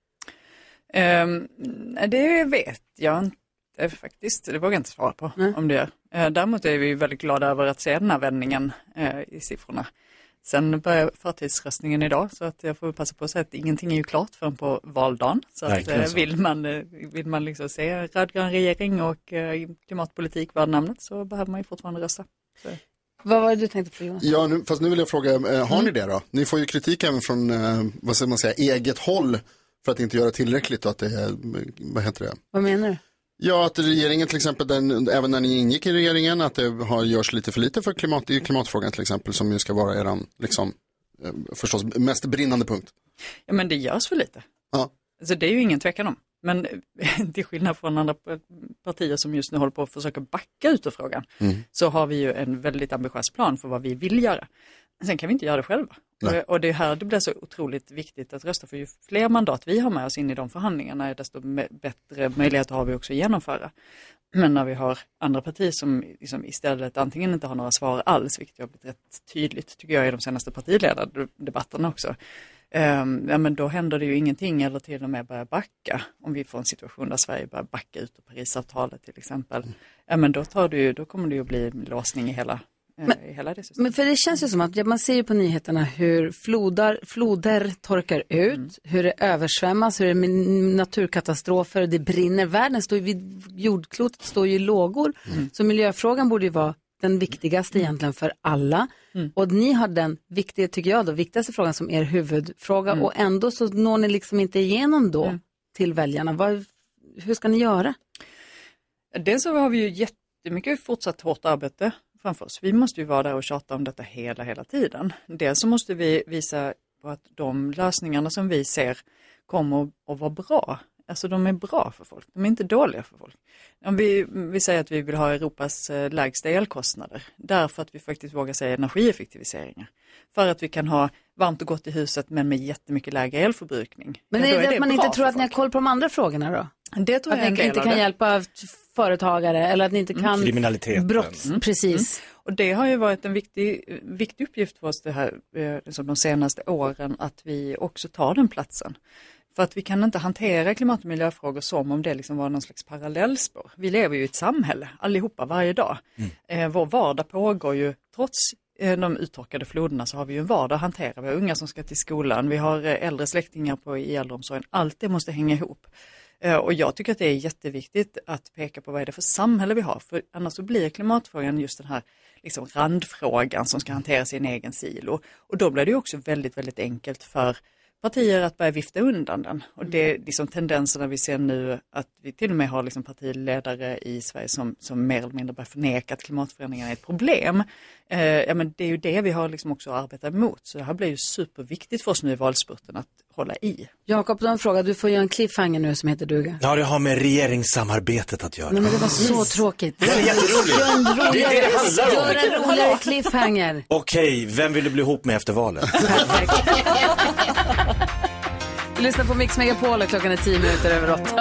Um, det vet jag inte faktiskt. Det vågar jag inte svara på mm. om det är. Uh, däremot är vi väldigt glada över att se den här vändningen uh, i siffrorna. Sen börjar förtidsröstningen idag så att jag får passa på att säga att ingenting är ju klart förrän på valdagen. Så att, eh, vill man, vill man liksom se rödgrön regering och eh, klimatpolitik värd namnet så behöver man ju fortfarande rösta. Så. Vad var det du tänkte på, Jonas? Ja, nu, fast nu vill jag fråga, eh, har mm. ni det då? Ni får ju kritik även från, eh, vad ska man säga, eget håll för att inte göra tillräckligt och att det är, vad heter det? Vad menar du? Ja, att regeringen till exempel, den, även när ni ingick i regeringen, att det har, görs lite för lite för klimat, i klimatfrågan till exempel, som ju ska vara eran, liksom, eh, förstås mest brinnande punkt. Ja, men det görs för lite. Ja. Alltså, det är ju ingen tvekan om. Men till skillnad från andra partier som just nu håller på att försöka backa ut ur frågan, mm. så har vi ju en väldigt ambitiös plan för vad vi vill göra. Sen kan vi inte göra det själva. Nej. Och det är här det blir så otroligt viktigt att rösta, för ju fler mandat vi har med oss in i de förhandlingarna, desto bättre möjligheter har vi också att genomföra. Men när vi har andra partier som liksom istället antingen inte har några svar alls, vilket har blivit rätt tydligt tycker jag i de senaste partiledardebatterna också, um, ja, men då händer det ju ingenting eller till och med börjar backa. Om vi får en situation där Sverige börjar backa ut ur Parisavtalet till exempel, mm. ja, men då, tar det ju, då kommer det ju att bli låsning i hela Men, men för det känns ju som att ja, man ser ju på nyheterna hur flodar, floder torkar ut, mm. hur det översvämmas, hur det är naturkatastrofer, det brinner, världen står ju vid jordklotet, står ju i lågor. Mm. Så miljöfrågan borde ju vara den viktigaste egentligen för alla. Mm. Och ni har den viktiga, tycker jag då, viktigaste frågan som er huvudfråga mm. och ändå så når ni liksom inte igenom då mm. till väljarna. Vad, hur ska ni göra? Dels så har vi ju jättemycket fortsatt hårt arbete framför oss. Vi måste ju vara där och tjata om detta hela, hela tiden. Dels så måste vi visa på att de lösningarna som vi ser kommer att vara bra. Alltså de är bra för folk. De är inte dåliga för folk. Om vi, vi säger att vi vill ha Europas eh, lägsta elkostnader. Därför att vi faktiskt vågar säga energieffektiviseringar. För att vi kan ha varmt och gott i huset men med jättemycket lägre elförbrukning. Men är det, är det att man inte tror att ni har koll på de andra frågorna då? Det tror att jag ni inte kan hjälpa företagare eller att ni inte kan... Mm. Kriminaliteten. Brotts, mm. precis. Mm. Och det har ju varit en viktig, viktig uppgift för oss det här, liksom de senaste åren att vi också tar den platsen. För att vi kan inte hantera klimat- och miljöfrågor som om det liksom var någon slags parallellspår. Vi lever ju i ett samhälle, allihopa, varje dag. Mm. Eh, vår vardag pågår ju, trots eh, de uttorkade floderna så har vi ju en vardag att hantera. Vi har unga som ska till skolan, vi har eh, äldre släktingar på i äldreomsorgen. Allt det måste hänga ihop. Eh, och jag tycker att det är jätteviktigt att peka på vad är det för samhälle vi har. För annars så blir klimatfrågan just den här liksom randfrågan som ska hanteras i en egen silo. Och då blir det ju också väldigt, väldigt enkelt för partier att börja vifta undan den. Och det är liksom tendenserna vi ser nu att vi till och med har liksom partiledare i Sverige som, som mer eller mindre börjar förneka att klimatförändringarna är ett problem. Eh, ja, men det är ju det vi har liksom också arbetat emot. Så det här blir ju superviktigt för oss nu i valspurten att hålla i. Jakob, du har en fråga. Du får göra en cliffhanger nu som heter duga. Ja, det har med regeringssamarbetet att göra. Nej, men det var så tråkigt. Det är jätteroligt. Gör en roligare, det är det det handlar om. Gör en roligare cliffhanger. Okej, vem vill du bli ihop med efter valet? Perfekt. Du lyssnar på Mix Megapol och klockan är tio minuter över åtta.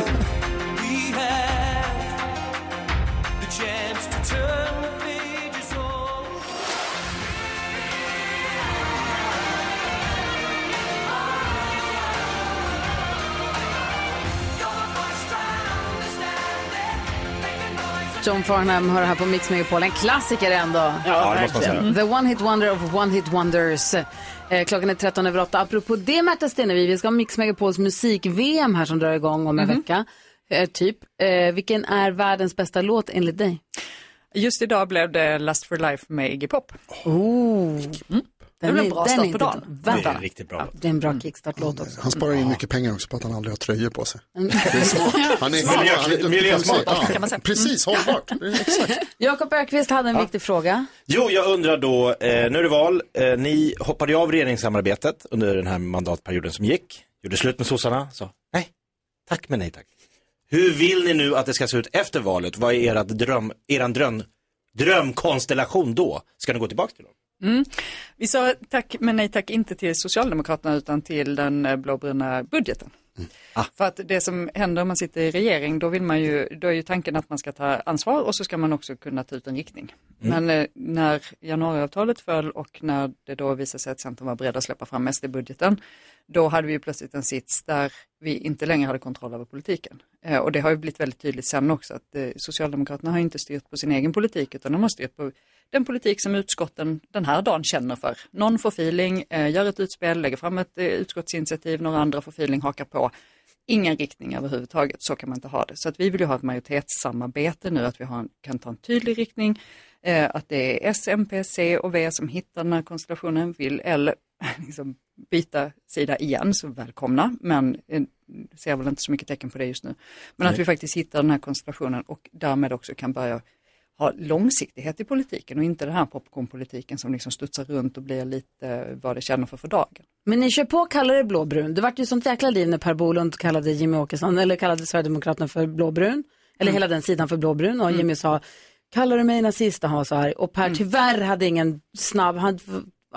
John Farnham hör här på Mix Megapol, en klassiker ändå. Ja, det måste man säga. The One Hit Wonder of One Hit Wonders. Eh, klockan är tretton över åtta. Apropå det, Märta Stenevi, vi ska ha Mix Megapols musik-V M här som drar igång om en mm-hmm. vecka. Eh, typ. Eh, vilken är världens bästa låt enligt dig? Just idag blev det Lust for Life med Iggy Pop. Oh. Mm. Den det är en bra start på dagen. Det är riktigt bra. Det är en bra kickstart-låt också. Han sparar in mycket pengar också på att han aldrig har tröjor på sig. Mm. Det är smart. Han är miljösmart. Ja, kan man säga. Precis, hållbart. Exakt. Jakob Ökvist hade en ja. viktig fråga. Jo, jag undrar då, eh, nu är det val. Eh, ni hoppade av regeringssamarbetet under den här mandatperioden som gick. Gjorde slut med sossarna. Så nej, tack men nej tack. Hur vill ni nu att det ska se ut efter valet? Vad är ert dröm, eran dröm, drömkonstellation då? Ska ni gå tillbaka till dem? Mm. Vi sa tack men nej tack inte till Socialdemokraterna utan till den blåbruna budgeten. Mm. Ah. För att det som händer om man sitter i regering, då vill man ju, då är ju tanken att man ska ta ansvar och så ska man också kunna ta ut en riktning. Mm. Men eh, när januariavtalet föll och när det då visade sig att Centern var beredda att släppa fram S D-budgeten, då hade vi ju plötsligt en sits där vi inte längre hade kontroll över politiken. Eh, och det har ju blivit väldigt tydligt sen också att eh, Socialdemokraterna har inte styrt på sin egen politik utan de har styrt på den politik som utskotten den här dagen känner för. Någon får feeling, eh, gör ett utspel, lägger fram ett eh, utskottsinitiativ, några andra får feeling, hakar på. Ingen riktning överhuvudtaget, så kan man inte ha det. Så att vi vill ju ha ett majoritetssamarbete nu, att vi har, kan ta en tydlig riktning, eh, att det är S, M P, C och V som hittar den här konstellationen, vill eller liksom byta sida igen, så välkomna, men eh, ser väl inte så mycket tecken på det just nu. Men Nej. Att vi faktiskt hittar den här konstellationen och därmed också kan börja ha långsiktighet i politiken och inte den här popcornpolitiken som liksom studsar runt och blir lite vad det känner för för dagen. Men ni kör på och kallar det blåbrun. Det var ju sånt jäkla liv när Per Bolund kallade Jimmy Åkesson eller kallade Sverigedemokraterna för blåbrun. Eller mm. hela den sidan för blåbrun. Och mm. Jimmy sa, kallar du mig nazist? Han var så här. Och Per mm. tyvärr hade ingen snabb, han, ja,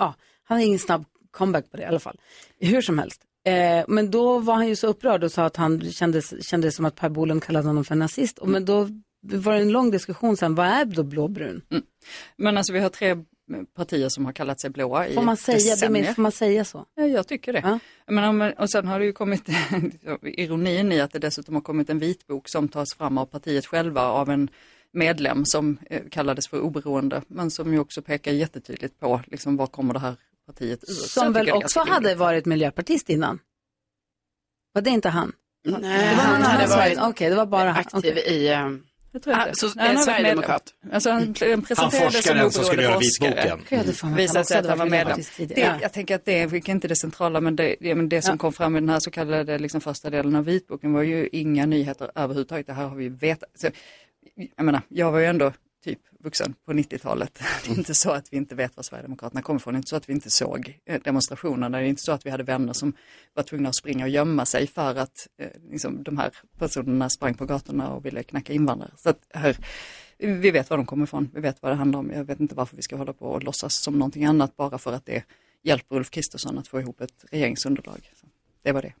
Han har ingen snabb comeback på det i alla fall. Hur som helst. Eh, men då var han ju så upprörd och sa att han kändes, kände som att Per Bolund kallade honom för nazist. Och men då var det en lång diskussion sen, vad är då blåbrun? Mm. Men alltså vi har tre partier som har kallat sig blåa i får man säga decennier. det? Får man säga så? Ja, jag tycker det. Ja. Men, och sen har det ju kommit ironin i att det dessutom har kommit en vitbok som tas fram av partiet själva av en medlem som eh, kallades för oberoende, men som ju också pekar jättetydligt på liksom, var kommer det här partiet ur. Som väl också hade varit miljöpartist innan? Var det inte han? Nej, det var han hade varit Okej, okay, det var bara aktiv han. Okay. i... Um... Jag tror ah, inte. så, Nej, han Sverigedemokrat. Alltså, han, han forskaren som skulle göra vitboken. Mm. Visade sig att han var medlem. Det, jag tänker att det är inte det centrala, men det, det, men det som ja. kom fram i den här så kallade liksom, första delen av vitboken var ju inga nyheter överhuvudtaget. Det här har vi vetat. Så, jag menar, jag var ju ändå typ vuxen på nittiotalet. Det är inte så att vi inte vet var Sverigedemokraterna kommer från. Det är inte så att vi inte såg demonstrationerna. Det är inte så att vi hade vänner som var tvungna att springa och gömma sig för att eh, liksom, de här personerna sprang på gatorna och ville knacka invandrare. Så att här, vi vet var de kommer ifrån. Vi vet vad det handlar om. Jag vet inte varför vi ska hålla på och låtsas som någonting annat bara för att det hjälper Ulf Kristersson att få ihop ett regeringsunderlag. Så det var det.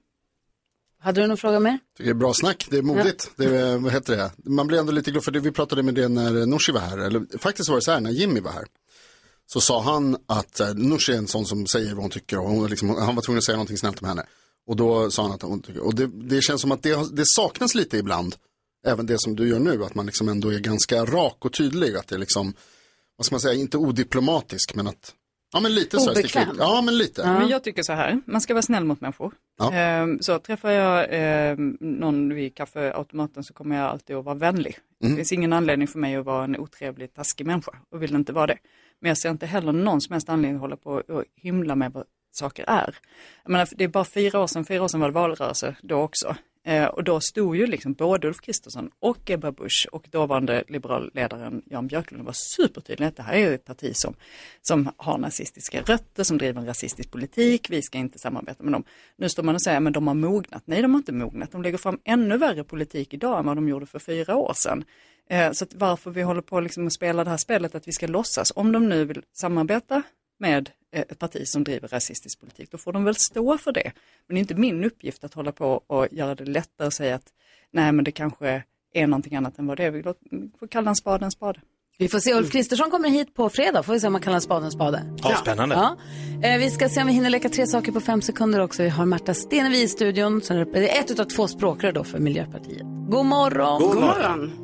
Hade du någon fråga mer? Det är bra snack, det är modigt. Ja. Det är, vad heter det? Man blir ändå lite glad, för det, vi pratade med det när Nooshi var här. Eller faktiskt var det så här, när Jimmy var här. Så sa han att uh, Nooshi är en sån som säger vad hon tycker. Och hon, liksom, han var tvungen att säga någonting snällt om henne. Och då sa han att hon tycker. Och det, det känns som att det, det saknas lite ibland. Även det som du gör nu. Att man liksom ändå är ganska rak och tydlig. Att det är liksom, vad ska man säga, inte odiplomatisk, men att... Ja, men lite så. Obekväm. Ja, men lite. Ja. Men jag tycker så här, man ska vara snäll mot människor. Ja. Ehm, så träffar jag eh, någon vid kaffeautomaten så kommer jag alltid att vara vänlig. Mm. Det finns ingen anledning för mig att vara en otrevlig, taskig människa och vill inte vara det. Men jag ser inte heller någon som helst anledning att hålla på och hymla med vad saker är. Jag menar, det är bara fyra år sedan, fyra år sedan var det valrörelse då också. Eh, och då stod ju liksom både Ulf Kristersson och Ebba Busch och dåvarande liberalledaren Jan Björklund var supertydliga att det här är ett parti som, som har nazistiska rötter, som driver en rasistisk politik, vi ska inte samarbeta med dem. Nu står man och säger men de har mognat. Nej, de har inte mognat. De lägger fram ännu värre politik idag än vad de gjorde för fyra år sedan. Eh, så att varför vi håller på liksom att spela det här spelet att vi ska låtsas, om de nu vill samarbeta med ett parti som driver rasistisk politik, då får de väl stå för det. Men det är inte min uppgift att hålla på och göra det lättare och säga att nej, men det kanske är någonting annat än vad det är. Vi får kalla en spade en spade. Vi får se, Ulf Kristersson kommer hit på fredag. Får vi se om man kallar en spade en spade. Ja, spännande. Ja. Eh, vi ska se om vi hinner leka tre saker på fem sekunder också. Vi har Märta Stenevi i studion. Så det är ett av två språkrör då för Miljöpartiet. God morgon. God morgon.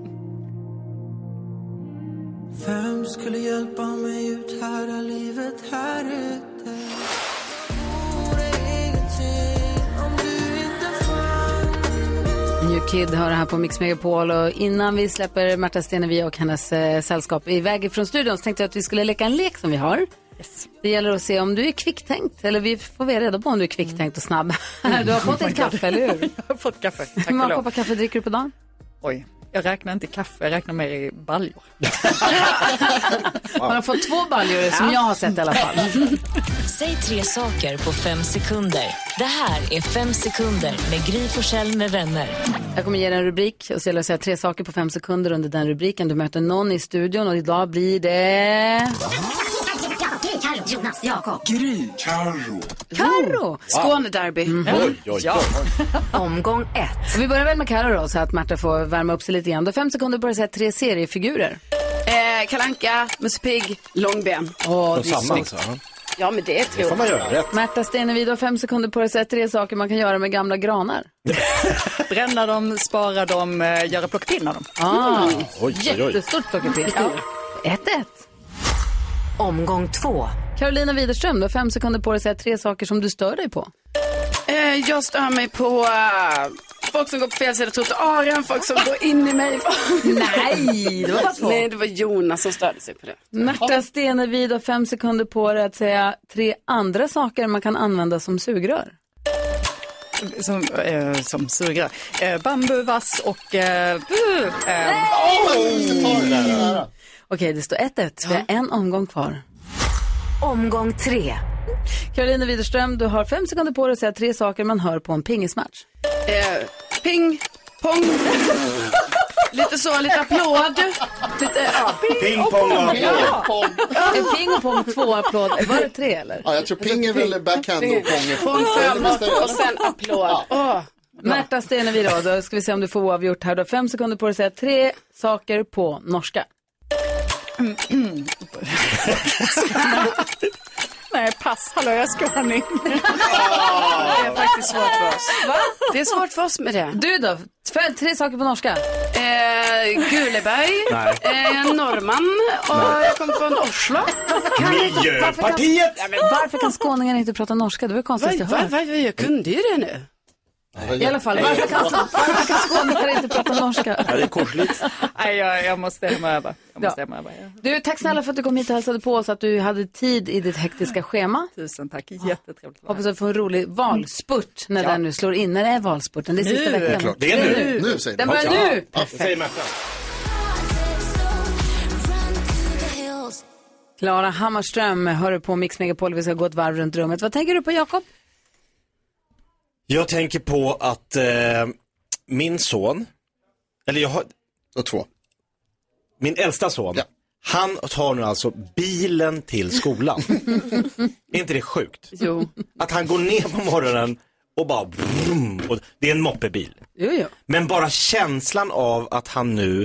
Vem skulle hjälpa mig ut här av livet här ute? New Kid har det här på Mix Megapol och innan vi släpper Märta Stenevi och hennes eh, sällskap iväg från studion så tänkte jag att vi skulle leka en lek som vi har. Yes. Det gäller att se om du är kvicktänkt, eller vi får väl reda på om du är kvicktänkt och snabb. Du har fått ett kaffe, eller hur? Jag har fått kaffe, tack. Hur många koppar kaffe dricker du på dagen? Oj. Jag räknar inte kaffe, jag räknar mer i baljor. Man har fått två baljor som jag har sett i alla fall. Säg tre saker på fem sekunder. Det här är fem sekunder med Gry Forssell med vänner. Jag kommer ge dig en rubrik och så gäller att säga tre saker på fem sekunder under den rubriken. Du möter någon i studion och idag blir det... Karo, Jonas, Jakob. Gry. Karo. Karo. Skånederby. Mm. Oj, oj, oj. Ja. Omgång ett. Och vi börjar väl med Karo då, så att Märta får värma upp sig lite grann. Då fem sekunder bara säga tre seriefigurer. Eh, Kalanka, Musse Pigg, Långben. Åh, det är samma alltså. Ja, men det är det får man göra rätt. Märta Stenevi, då fem sekunder på att säga tre saker man kan göra med gamla granar. Bränna dem, spara dem, göra plockpinnar dem. Ah, oj, oj, oj. Jättestort plockepinn. Ja. Ett, ett. Omgång två. Carolina Widerström, du har fem sekunder på dig att säga tre saker som du stör dig på. Eh, jag stör mig på uh, folk som går på fel sida trottoaren, folk som går in i mig. Nej, det var bara två. Nej, det var Jonas som störde sig på det. Märta Stenevi, du har fem sekunder på dig att säga tre andra saker man kan använda som sugrör. Som, eh, som sugrör. Eh, bambu, vass och... Eh, eh, oh! Okej, det står ett ett. Vi har en omgång kvar. Omgång tre. Carolina Widerström, du har fem sekunder på dig att säga tre saker man hör på en pingismatch. Eh, ping, pong. lite så, lite applåd. Lite, ja. Ping pong och applåd. En ping och pong, två applåd. Var det tre eller? Ja, jag tror ping är väl backhand och pong är Pong framåt och sen applåd. Åh. Märta Stenevi då, då ska vi se om du får oavgjort här. Du har fem sekunder på dig att säga tre saker på norska. Mm, mm. Nej, pass. Hallå, jag är skåning. Det är faktiskt svårt för oss. Va? Det är svårt för oss med det. Du då? Tre saker på norska. Eh, Guleberg, eh, Norrman och Nej. jag kommer från Oslo. Miljöpartiet! Varför kan, varför kan skåningar inte prata norska? Det var konstigt att höra. Va, va, jag kunde ju det nu. I alla fall, varför kan, varför kan skåningar inte prata norska? Ja, det är korsligt. Nej, jag, jag måste hemma över. Jag måste Ja. hemma över. Ja. Du, tack snälla för att du kom hit och hälsade på oss, att du hade tid i ditt hektiska schema. Tusen tack, jättetrevligt. Hoppas att du får en rolig valspurt när Ja. den nu slår in. När det är valspurten, det är sista Nu. veckan. Det är klart. Det är nu. Nu säger Den du. börjar nu. Säg Märta. Klara Hammarström hör på Mix Megapol. Vi ska gå ett varv runt rummet. Vad tänker du på, Jakob? Jag tänker på att eh, min son, eller jag har... Och två. Min äldsta son, Ja. han tar nu alltså bilen till skolan. Är inte det sjukt? Jo. Att han går ner på morgonen och bara... Vroom, och det är en moppebil. Jo, jo. Men bara känslan av att han nu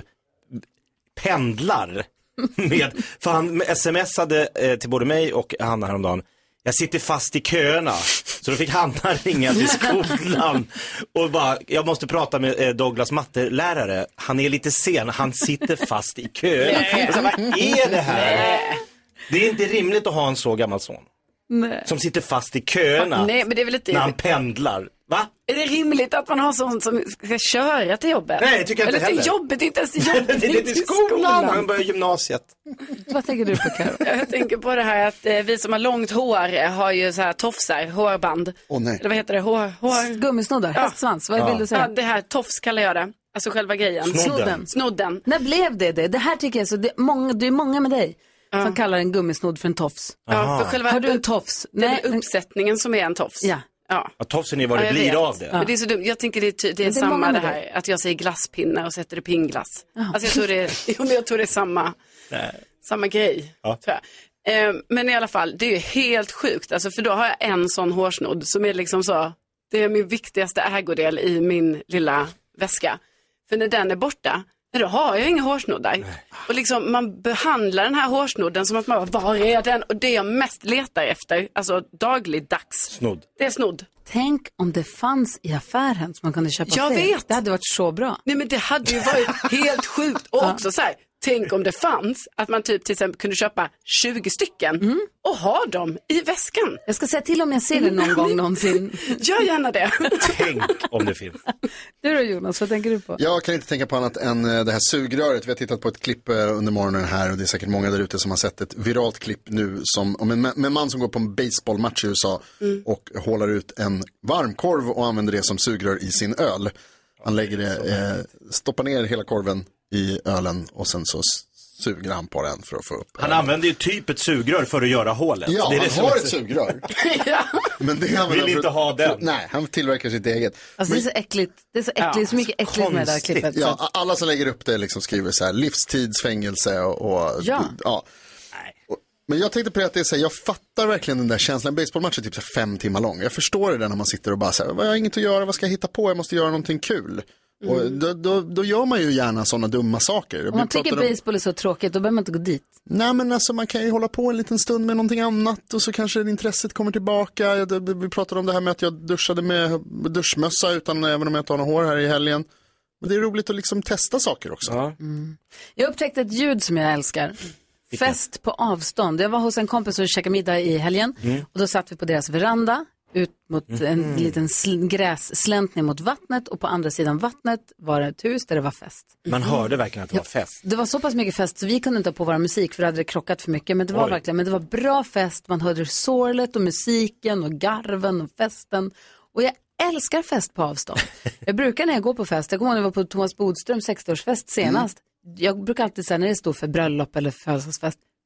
pendlar med... För han smsade eh, till både mig och Hanna häromdagen. Jag sitter fast i köerna. Så då fick Hanna ringa till skolan och bara, jag måste prata med eh, Douglas mattelärare. Han är lite sen, han sitter fast i köerna. Och så, vad är det här? Det är inte rimligt att ha en så gammal son. Nej. Som sitter fast i köerna. Nej, men det är väl inte... när han pendlar. Va? Är det rimligt att man har sån som ska köra till jobbet? Nej, det tycker jag inte Eller heller. till jobbet, inte ens till jobbet. Det är till skolan. Han börjar gymnasiet. Vad tänker du på, Karo? Jag tänker på det här att eh, vi som har långt hår har ju så här tofsar, hårband. Åh nej. Eller vad heter det? Hår, hår... Gummisnoddar, Ja. hästsvans. Vad Ja. vill du säga? Ja, det här, tofs kallar jag det. Alltså själva grejen. Snodden. Snodden. När blev det det? Det här tycker jag så, det är många, det är många med dig som kallar en gummisnodd för en tofs. Ja, för själva Har du en tofs? det är Nej, väl uppsättningen som är en tofs. Ja. Ja. Ja, tofsen är vad Ja, det jag blir vet. av det. Men det är så dumt. Jag tänker det är, ty- det är Men det är många samma det med här. Att jag säger glasspinne och sätter det pingglass. Alltså jag tror det är, jo, men jag tror det är samma, samma grej. Ja. Tror jag. Eh, men i alla fall, det är ju helt sjukt. Alltså, för då har jag en sån hårsnodd som är liksom så. Det är min viktigaste ägodel i min lilla väska. För när den är borta, då har jag inga hårsnoddar. Nej. Och liksom man behandlar den här hårsnodden som att man bara, var är den? Och det jag mest letar efter, alltså dagligdags. Snodd. Det är snodd. tänk om det fanns i affären som man kunde köpa Jag fler. vet. Det hade varit så bra. Nej, men det hade ju varit helt sjukt. Och också så här, tänk om det fanns att man typ till exempel kunde köpa tjugo stycken mm. och ha dem i väskan. Jag ska säga till om jag ser det någon gång någonsin. Gör gärna det. Tänk om det finns. Du då Jonas, vad tänker du på? Jag kan inte tänka på annat än det här sugröret. Vi har tittat på ett klipp under morgonen här och det är säkert många där ute som har sett ett viralt klipp nu som, om en, med en man som går på en baseballmatch i U S A mm. och hålar ut en varmkorv och använder det som sugrör i sin öl. Han lägger det, eh, stoppar ner hela korven i ölen och sen så suger han på den för att få upp. Han använder ju typ ett sugrör för att göra hålet. Ja, det är han det har som... ett sugrör. ja. Men det han vill inte ha den. För, nej, han tillverkar sitt eget. Alltså Men, det är så äckligt. Det är så äckligt, ja, så mycket äckligt konstigt med det här klippet. Ja, alla som lägger upp det liksom skriver så här livstidsfängelse och, och ja. ja. Och, men jag tänkte på det att det är så här, jag fattar verkligen den där känslan. Baseballmatchen är typ så här fem timmar lång. Jag förstår det där när man sitter och bara så här, jag har inget att göra, vad ska jag hitta på? Jag måste göra någonting kul. Mm. Och då, då, då gör man ju gärna sådana dumma saker. Om man tycker om... baseball är så tråkigt, då behöver man inte gå dit. Nej, men alltså man kan ju hålla på en liten stund med någonting annat och så kanske intresset kommer tillbaka. Jag, vi pratade om det här med att jag duschade med duschmössa utan även om jag tar några hår här i helgen. Men det är roligt att liksom testa saker också. Ja. Mm. Jag upptäckte ett ljud som jag älskar. Vilka? Fest på avstånd. Jag var hos en kompis och käkade middag i helgen. Mm. Och då satt vi på deras veranda. Ut mot en mm. liten sl- grässläntning mot vattnet. Och på andra sidan vattnet var det ett hus där det var fest. Man hörde verkligen att det var fest. Ja, det var så pass mycket fest så vi kunde inte ha på vår musik. För det hade det krockat för mycket. Men det var Oj. verkligen, men det var bra fest. Man hörde sorlet och musiken och garven och festen. Och jag älskar fest på avstånd. Jag brukar när jag går på fest. Jag kommer ihåg när jag var på Thomas Bodströms sextioårsfest senast. Mm. Jag brukar alltid säga när det står för bröllop eller födelsedagsfest.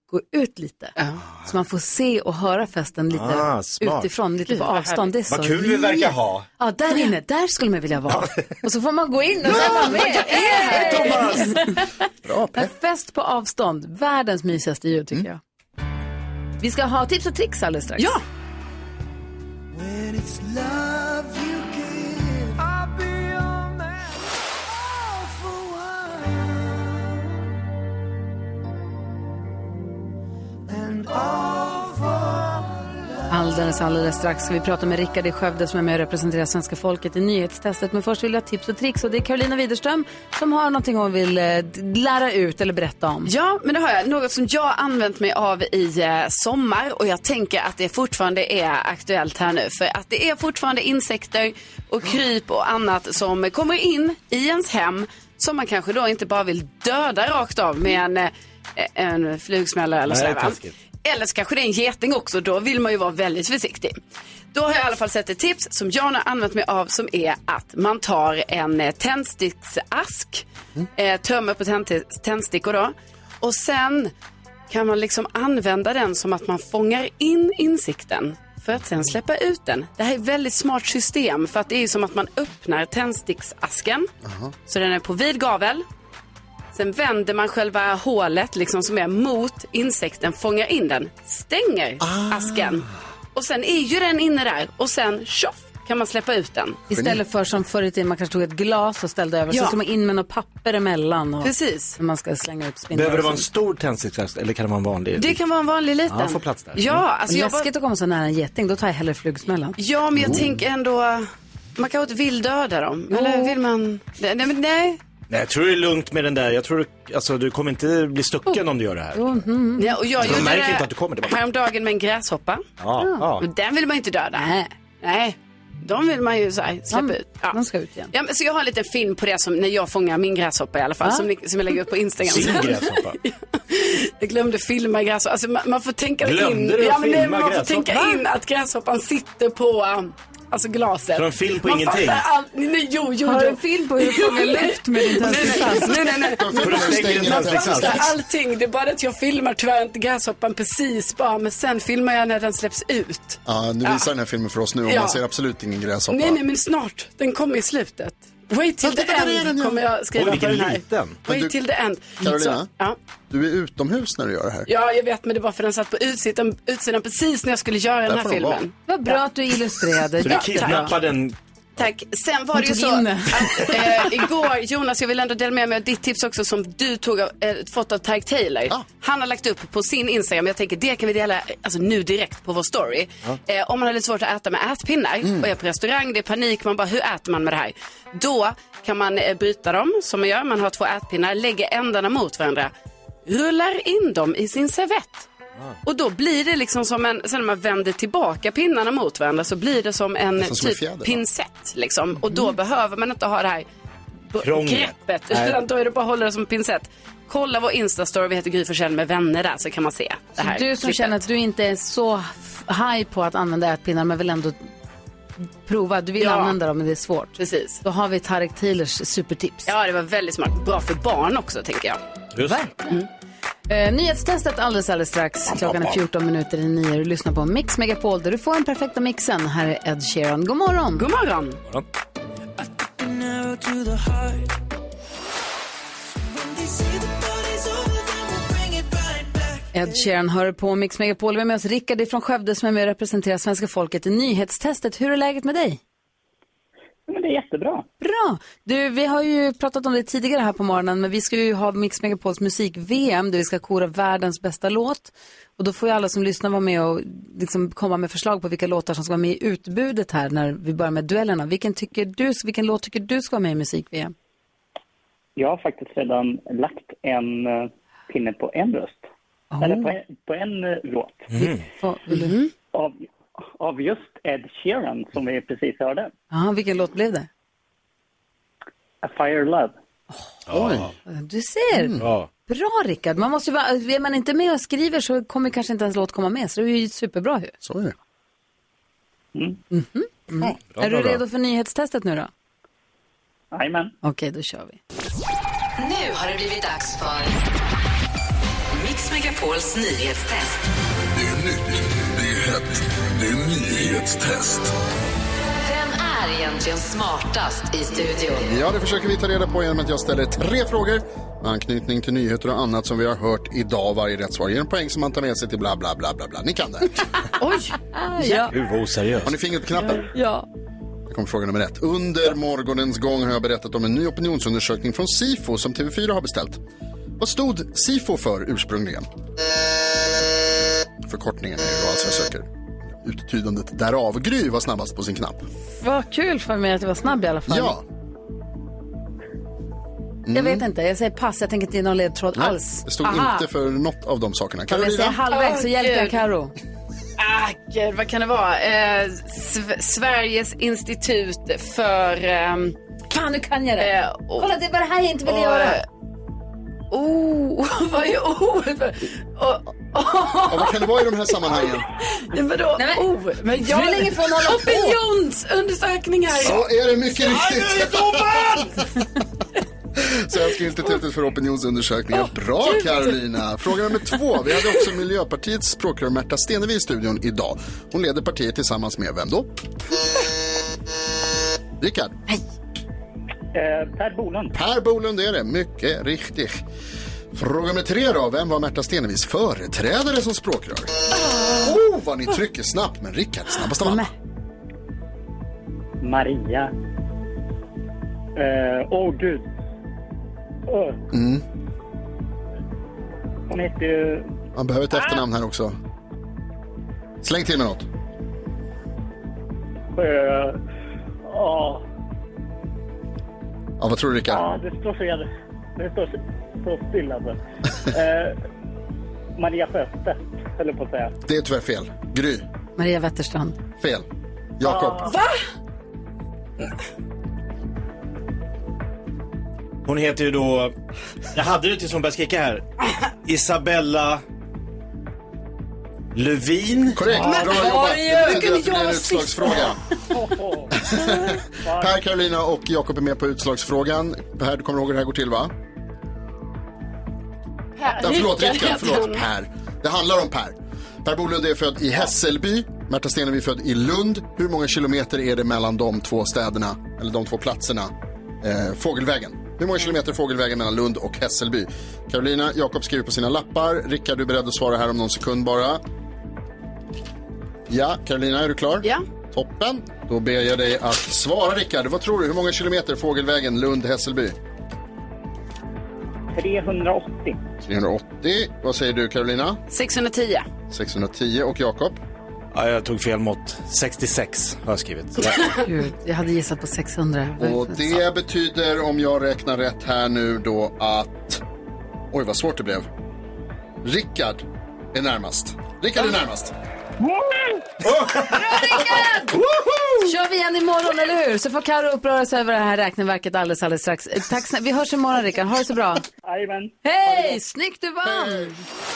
gå ut lite. Ja. Så man får se och höra festen lite ah, utifrån, lite på avstånd. Det är vad så kul vi verkar ha. Ja, där inne, där skulle man vilja vara. Och så får man gå in och så är man med. Hej Thomas! Bra, en fest på avstånd, världens mysigaste ljud tycker mm. jag. Vi ska ha tips och tricks alldeles strax. Ja! When it's love you give, I'll be your man. All for one. And all for Alldeles, alldeles strax ska vi prata med Rickard i Skövde som är med och representerar svenska folket i nyhetstestet. Men först vill jag ha tips och tricks och det är Carolina Widerström som har någonting hon vill eh, lära ut eller berätta om. Ja, men det har jag. Något som jag har använt mig av i eh, sommar och jag tänker att det fortfarande är aktuellt här nu. För att det är fortfarande insekter och kryp och annat som kommer in i ens hem som man kanske då inte bara vill döda rakt av med en, eh, en flugsmällare eller Nej, så. Eller så kanske det är en geting också, då vill man ju vara väldigt försiktig. Då har jag i alla fall sett ett tips som jag har använt mig av som är att man tar en tändsticksask, mm. eh, tömmer på tänd- tändstickor då. Och sen kan man liksom använda den som att man fångar in insekten för att sen släppa ut den. Det här är ett väldigt smart system för att det är som att man öppnar tändsticksasken. Uh-huh. Så den är på vid gavel. Sen vänder man själva hålet liksom som är mot insekten, fångar in den, stänger ah. asken. Och sen är ju den inne där och sen tjoff kan man släppa ut den. Istället för som förr i tiden man kanske tog ett glas och ställde över ja. så ska man in med något papper emellan. Och precis. Man ska slänga ut spindlar. Behöver det vara en stor tändsticksask eller kan det vara en vanlig? Det kan vara en vanlig liten. Ja, få plats där. Ja, alltså läskigt bara... att komma så nära en geting, då tar jag hellre flugsmällan. Ja, men jag oh. tänker ändå, man kanske inte vill döda dem. Oh. Eller vill man, nej men nej. Nej, jag tror det är lugnt med den där. Jag tror alltså, du kommer inte bli stucken oh. om du gör det här. Mm. Mm. Ja, och jag så de märker inte att du kommer tillbaka. Häromdagen med en gräshoppa. Ja, ja. Men den vill man inte döda. Nej. Nej. De vill man ju så här, släppa de, ut. Ja. De ska ut igen. Ja, men, så jag har en liten film på det som när jag fångar min gräshoppa i alla fall. Ja. Som, som jag lägger upp på Instagram. Sin gräshoppa? Jag glömde filma gräshoppa. Alltså, man, man får tänka glömde in. Du ja, men nej, man får tänka in att gräshoppan sitter på... Um, Alltså glaset. Så en film på man ingenting? All... Nej, jo, jo, har du en film på hur du fångar luft med din tändsticksask? Nej, nej, nej. Man fattar allting. Det är bara att jag filmar tyvärr inte gräshoppan precis bara. Men sen filmar jag när den släpps ut. Ja, nu visar ja. den här filmen för oss nu och ja. man ser absolut ingen gräshoppa. Nej, nej, men snart. Den kommer i slutet. Wait till the end kommer jag skriva Oj, på den här. Liten. Wait du, till the end. Carolina, så, ja. du är utomhus när du gör det här. Ja, jag vet, men det var för den satt på utsidan, utsidan precis när jag skulle göra där den här filmen. Vad bra ja. att du illustrerade. Så du kidnappade den. Tack. Sen var det ju så att äh, igår, Jonas, jag vill ändå dela med mig av ditt tips också som du tog av, äh, fått av Tyke Taylor. Ah. Han har lagt upp på sin Instagram, jag tänker det kan vi dela alltså, nu direkt på vår story. Ah. Äh, om man har lite svårt att äta med ätpinnar mm. och är på restaurang, det är panik, man bara hur äter man med det här? Då kan man äh, bryta dem som man gör, man har två ätpinnar, lägger ändarna mot varandra, rullar in dem i sin servett. Och då blir det liksom som en, sen när man vänder tillbaka pinnarna mot varandra så blir det som en som typ fjäder, pinsett liksom. Mm. Och då behöver man inte ha det här Krånglet. greppet utan då är det bara att hålla det som pinsett. Kolla vår Insta-story, vi heter Gry Forssell med vänner där så kan man se det här. Så du som klippet. Känner att du inte är så high på att använda ätpinnar men vill ändå prova, du vill ja. använda dem men det är svårt. Precis. Då har vi Tarek Taylors supertips. Ja, det var väldigt smart. Bra för barn också tänker jag. Just. Mm. Uh, nyhetstestet alldeles alldeles strax. Klockan är fjorton minuter i nio. Du lyssnar på Mix Megapol där du får den perfekta mixen. Här är Ed Sheeran. God morgon. God morgon. Ja. Ed Sheeran hör på Mix Megapol. Vi är med oss Rickard från Skövde som är med och representerar svenska folket i nyhetstestet. Hur är läget med dig? Men det är jättebra. Bra. Du, vi har ju pratat om det tidigare här på morgonen, men vi ska ju ha Mix Megapols musik-V M där vi ska kora världens bästa låt. Och då får ju alla som lyssnar vara med och liksom komma med förslag på vilka låtar som ska vara med i utbudet här när vi börjar med duellerna. Vilken, tycker du, vilken låt tycker du ska vara med i musik-V M? Jag har faktiskt redan lagt en uh, pinne på en röst. Oh. Eller på en, på en uh, låt. Mm. Mm. Av, av just Ed Sheeran som vi precis hörde. Ja, vilken låt blev det? A Fire Love. Oh, oj, du ser. Mm. Ja. Bra Rickard, man måste ju vara, är man inte med och skriver så kommer kanske inte ens låt komma med. Så det är ju superbra ju. Så är det. Mm. Mm-hmm. Mm. Ja, är du redo för nyhetstestet nu då? Jajamän. Okej, då kör vi. Nu har det blivit dags för Mix Megapol Megapols nyhetstest. Det är nytt, det är hett, det är nyhetstest. Vem är egentligen smartast i studion? Ja, det försöker vi ta reda på genom att jag ställer tre frågor med anknytning till nyheter och annat som vi har hört idag. Varje rätt svar ger en poäng som man tar med sig till bla bla bla bla bla. Ni kan det. Oj! Ja. Gud vad oseriöst. Har ni fingret på knappen? Ja. Det kommer fråga nummer ett. Under morgonens gång har jag berättat om en ny opinionsundersökning från Sifo som T V fyra har beställt. Vad stod Sifo för ursprungligen? Förkortningen är ju alltså jag söker uttydandet därav. Gry var snabbast på sin knapp. Vad kul för mig att du var snabb i alla fall. Ja. Mm. Jag vet inte, jag säger pass, jag tänker inte ge någon ledtråd Nej, alls. det stod Aha. inte för något av de sakerna. Kan jag säga halvvägs så hjälper jag Karo. Ah, gud, vad kan det vara? Eh, Sv- Sveriges institut för... ehm, Fan, nu kan jag det. Eh, och, Kolla, det var det här jag inte ville och, göra. Oh, vad är oh? Och, Ja, vad kan det vara i de här sammanhangen? men vadå? Nej, men, oh, men jag... Hur länge får man hålla på? Opinionsundersökningar. Så är det mycket riktigt. Svenska institutet för opinionsundersökningar. Oh, Bra, Gud. Karolina. Fråga nummer två. Vi hade också Miljöpartiets språkrör Märta Stenevi i studion idag. Hon leder partiet tillsammans med vem då? Rickard. Nej. Eh, Per Bolund. Per Bolund är det. Mycket riktigt. Fråga nummer tre då. Vem var Märta Stenevis företrädare som språkrör? Oh, vad ni trycker snabbt. Men Rickard, snabbast av alla. Maria. Åh, uh, oh, gud. Uh. Mm. Hon heter ju... Man behöver ett efternamn här också. Släng till med något. Uh, oh. Ja, vad tror du, Rickard? Ja, det står fel. Det står så stilla. Alltså. uh, Maria Sjöstedt, höll jag på att säga. Det är tyvärr fel. Gry. Maria Wetterstrand. Fel. Jakob. Ah. Va? Hon heter ju då... Jag hade det tills hon började skrika här. Isabella Lövin. Korrekt, Ja. bra jobbat. Det betyder att det blir en utslagsfråga. Per, Karolina och Jakob är med på utslagsfrågan. Per, du kommer ihåg hur det här går till, va? Per. Ja, förlåt, Rickard Rickard, heter förlåt, hon. Per. Det handlar om Per. Per Bolund är född i Hässelby. Märta Stenevi är född i Lund. Hur många kilometer är det mellan de två städerna, eller de två platserna? Eh, Fågelvägen. Hur många kilometer är Fågelvägen mellan Lund och Hässelby? Karolina, Jakob skriver på sina lappar. Rickard, du är beredd att svara här om någon sekund bara. Ja, Karolina, är du klar? Ja. Toppen. Då ber jag dig att svara, Rickard. Vad tror du? Hur många kilometer är Fågelvägen, Lund, Hässelby? trehundraåttio. trehundraåttio. Vad säger du, Karolina? sexhundratio. sexhundratio. Och Jakob? Ja, jag tog fel mått. sextiosex har jag skrivit. Gud, jag hade gissat på sexhundra. Och det betyder, om jag räknar rätt här nu då, att... Oj, vad svårt det blev. Rickard är närmast. Rickard är närmast. Kör vi igen imorgon, eller hur? Så får Karo uppröra sig över det här räkneverket alldeles, alldeles strax. Tack snälla. Vi hörs imorgon, Rickard. Ha det så bra. Jajamän. Hej! Snyggt du vann! Hey.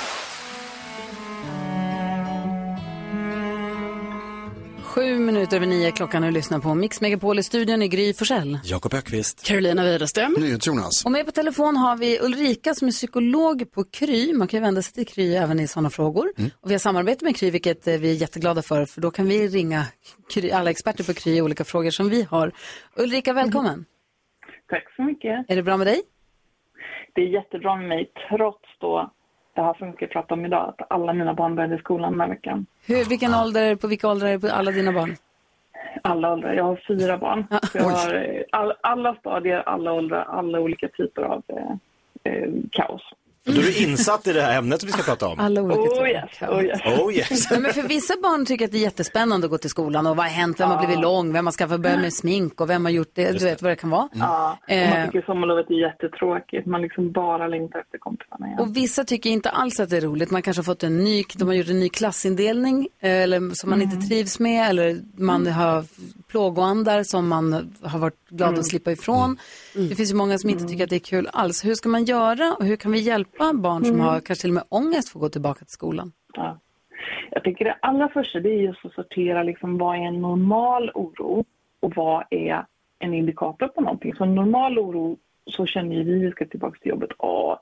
Sju minuter över nio klockan och lyssnar på Mix Megapol i studion i Gry Forssell. Jakob Ökvist. Carolina Widerström. Jonas. Och med på telefon har vi Ulrika som är psykolog på Kry. Man kan ju vända sig till Kry även i sådana frågor. Mm. Och vi har samarbete med Kry, vilket vi är jätteglada för. För då kan vi ringa Kry, alla experter på Kry i olika frågor som vi har. Ulrika, välkommen. Mm. Tack så mycket. Är det bra med dig? Det är jättebra med mig, trots då det här som vi ska prata om idag, att alla mina barn började i skolan den här veckan. Hur, vilken ålder, på vilka åldrar är på alla dina barn? Alla åldrar. Jag har fyra barn. Ja. Jag har all, alla stadier, alla åldrar, alla olika typer av eh, eh, kaos. Då är du insatt i det här ämnet som vi ska prata om. Alla olika oh, yes, oh yes. Oh yes. Nej, men för vissa barn tycker att det är jättespännande att gå till skolan. Och vad har hänt? Vem har blivit lång? Vem har skaffat börja med smink? Och vem har gjort det? Just du vet vad det kan vara. Mm. Ja, och man tycker sommarlovet är jättetråkigt. Man liksom bara längtar efter kompisarna igen. Och vissa tycker inte alls att det är roligt. Man kanske har fått en ny, de har gjort en ny klassindelning. Eller som man mm. inte trivs med. Eller man mm. har plågoandar som man har varit glad mm. att slippa ifrån. Mm. Det finns ju många som inte tycker att det är kul alls. Hur ska man göra och hur kan vi hjälpa barn som mm. har kanske till och med ångest för att gå tillbaka till skolan? Ja. Jag tycker det allra första det är just att sortera liksom, vad är en normal oro och vad är en indikator på någonting. Så en normal oro så känner ju vi vi ska tillbaka till jobbet. Åh,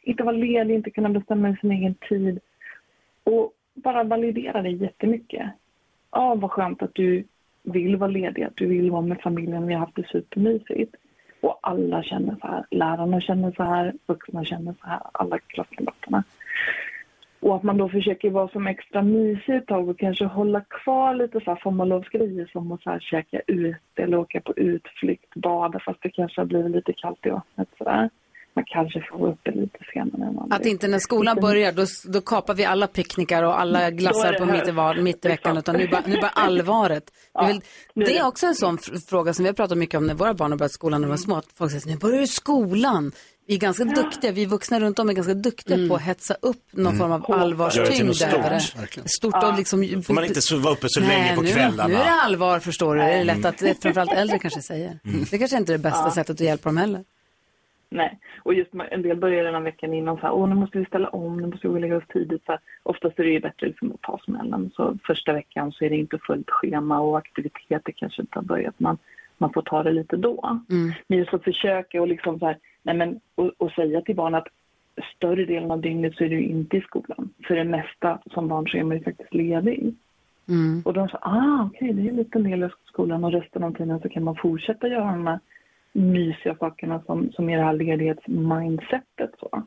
inte vara ledig, inte kunna bestämma sin egen tid. Och bara validera det jättemycket. Ja, vad skönt att du vill vara ledig, att du vill vara med familjen, vi har haft det supermysigt. Och alla känner så här, lärarna känner så här, vuxna känner så här, alla klasskamraterna. Och att man då försöker vara som extra mysigt ett tag och kanske hålla kvar lite så här sommarlovsgrejer som att så här käka ut eller åka på utflykt, bada fast det kanske har blivit lite kallt i vattnet så där. Man kanske får vara uppe lite senare än man Att inte när skolan börjar, då, då kapar vi alla picknickar och alla glassar på mitt i, var, mitt i veckan, utan nu bara, nu bara allvaret. Ja, det, är väl, det är också en sån fråga som vi har pratat mycket om när våra barn har börjat skolan när de var små. Folk säger, nu börjar du skolan. Vi är ganska ja. duktiga, vi vuxna runt om är ganska duktiga mm. på att hetsa upp någon mm. form av allvarstyngd över det. Stort ja. och liksom... Får man inte så, vara uppe så nej, länge på nu, kvällarna? Nu är det allvar, förstår du. Det är lätt att framförallt äldre kanske säger. Mm. Det kanske inte är det bästa ja. sättet att hjälpa dem heller. Nej, och just en del börjar den här veckan innan så här, åh nu måste vi ställa om, nu måste vi lägga oss tidigt. Så här, oftast är det ju bättre liksom att ta smällen. Så första veckan så är det inte fullt schema och aktiviteter kanske inte har börjat. Man, man får ta det lite då. Mm. Men just att försöka och liksom så här, nej men, och, och säga till barn att större delen av dygnet så är du inte i skolan. För det mesta som barn så är man ju faktiskt ledig. Mm. Och de sa, ah okej, okay, det är en liten del av skolan och resten av tiden så kan man fortsätta göra de här mysiga sakerna som, som är det här ledighetsmindsetet. Så.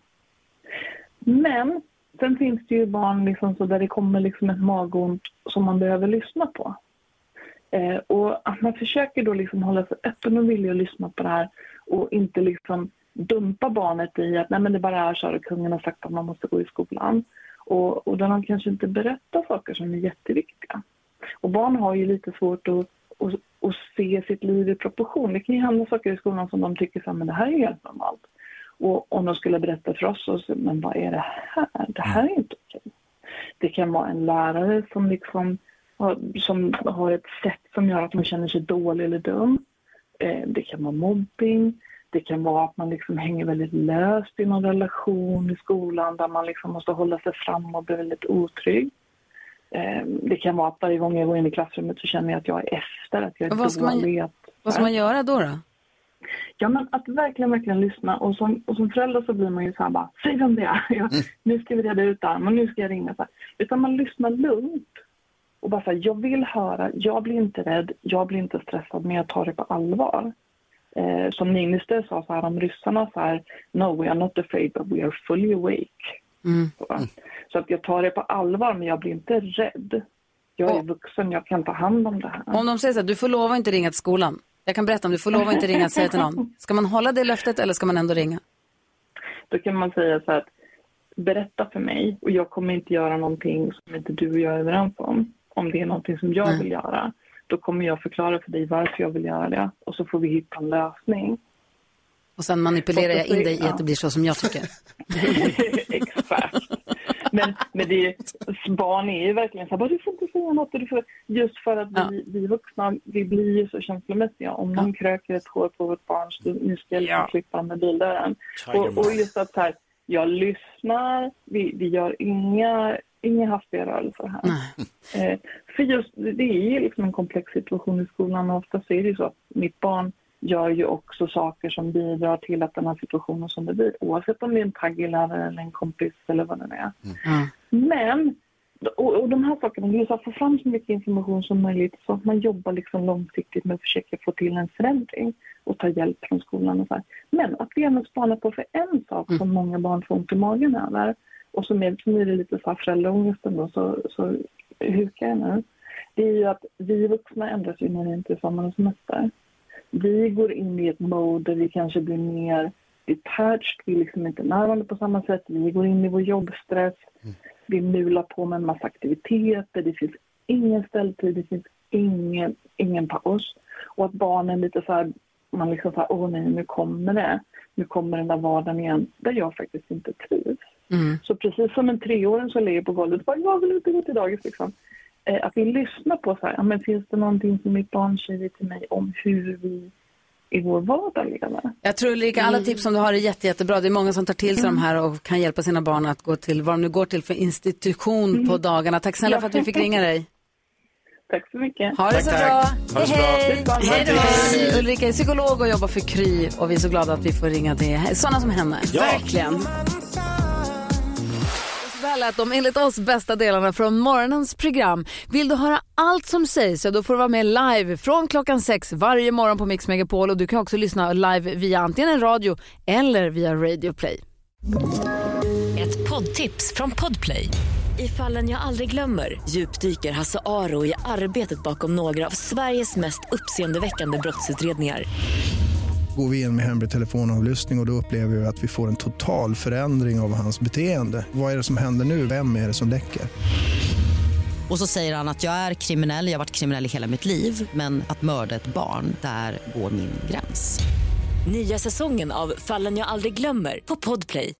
Men sen finns det ju barn liksom så där det kommer liksom ett magont som man behöver lyssna på. Eh, och att man försöker då liksom hålla sig öppen och vilja lyssna på det här och inte liksom dumpa barnet i att nej men det bara är så här och kungen har sagt att man måste gå i skolan. Och, och där man kanske inte berättar saker som är jätteviktiga. Och barn har ju lite svårt att och, och se sitt liv i proportion. Det kan ju hända saker i skolan som de tycker så, men det här är helt normalt. Och om de skulle berätta för oss, så, men vad är det här? Det här är inte okej. Det kan vara en lärare som liksom har, som har ett sätt som gör att man känner sig dålig eller dum. Eh, det kan vara mobbing. Det kan vara att man liksom hänger väldigt löst i någon relation i skolan där man liksom måste hålla sig fram och bli väldigt otrygg. Det kan vara att varje gång jag går in i klassrummet så känner jag att jag är efter, att jag är vad ska dålig. Man, vad ska man göra då då? Ja, men att verkligen, verkligen lyssna. Och som, och som förälder så blir man ju så här bara, säg vem det är. Ja, mm. Nu ska vi reda ut det här, men nu ska jag ringa. Så här. Utan man lyssnar lugnt. Och bara så här, jag vill höra, jag blir inte rädd, jag blir inte stressad, men jag tar det på allvar. Eh, som Niniste sa så här om ryssarna så här, no, we are not afraid, but we are fully awake. Mm. Så, så att jag tar det på allvar, men jag blir inte rädd. Jag är vuxen, jag kan ta hand om det här. Om de säger så här, du får lova inte ringa till skolan. Jag kan berätta om du får lova inte ringa och säga till någon. Ska man hålla det löftet eller ska man ändå ringa? Då kan man säga så här, att berätta för mig och jag kommer inte göra någonting som inte du och jag är överens om. Om det är någonting som jag mm. vill göra, då kommer jag förklara för dig varför jag vill göra det. Och så får vi hitta en lösning. Och sen manipulerar jag in dig i att det blir så som jag tycker. Exakt. Men, men det är, barn är ju verkligen så här, du får inte säga något. Du får, just för att ja. vi, vi vuxna, vi blir ju så känslomässiga. Om någon ja. kröker ett hår på vårt barn, så nu ska jag ja. klippa med bildaren. Och, och just att så här, jag lyssnar, vi, vi gör inga, inga hastiga rörelser här. Eh, för just, det är ju liksom en komplex situation i skolan och ofta så är det så att mitt barn gör ju också saker som bidrar till att den här situationen som det blir, oavsett om det är en taggilärare eller en kompis eller vad det är. Mm. Men, och, och de här sakerna, det är att få fram så mycket information som möjligt så att man jobbar liksom långsiktigt med att försöka få till en förändring och ta hjälp från skolan och så här. Men att vi även spanar på för en sak mm. som många barn får ont i magen över och som är, som är det lite så här föräldraångesten då, så, så hukar jag nu. Det är ju att vi vuxna ändras ju när det inte är sommar och semester. Vi går in i ett mode där vi kanske blir mer detached, vi är liksom inte närvarande på samma sätt. Vi går in i vår jobbstress, mm. vi mular på med en massa aktiviteter, det finns ingen ställtid, det finns ingen, ingen paus. Och att barnen lite så här, man liksom så här, åh nej, nu kommer det. Nu kommer den där vardagen igen, där jag faktiskt inte trivs. Mm. Så precis som en treåring som ligger på golvet, bara, jag vill inte gå till dagis liksom. Att vi lyssnar på så här, ja, men finns det någonting som mitt barn säger till mig om hur vi i vår vardag lever? Jag tror Ulrika, alla tips som du har är jätte, jättebra. Det är många som tar till sig mm. de här och kan hjälpa sina barn att gå till vad de nu går till för institution mm. på dagarna. Tack snälla ja. för att vi fick ringa dig. Tack så mycket. Ha det tack, så tack. bra. Ha det hej, bra. Hej. Hej, hej. Ulrika är psykolog och jobbar för Kry och vi är så glada att vi får ringa till sådana som henne. Ja. Verkligen. här lät de enligt oss bästa delarna från morgonens program. Vill du höra allt som sägs så då får du vara med live från klockan sex varje morgon på Mix Megapol. Och du kan också lyssna live via antingen en radio eller via Radio Play. Ett poddtips från Podplay. I Fallen jag aldrig glömmer djupdyker Hasse Aro i arbetet bakom några av Sveriges mest uppseendeväckande brottsutredningar. Går vi in med hemlig telefonavlyssning och, och då upplever vi att vi får en total förändring av hans beteende. Vad är det som händer nu? Vem är det som läcker? Och så säger han att jag är kriminell, jag har varit kriminell i hela mitt liv. Men att mörda ett barn, där går min gräns. Nya säsongen av Fallen jag aldrig glömmer på Podplay.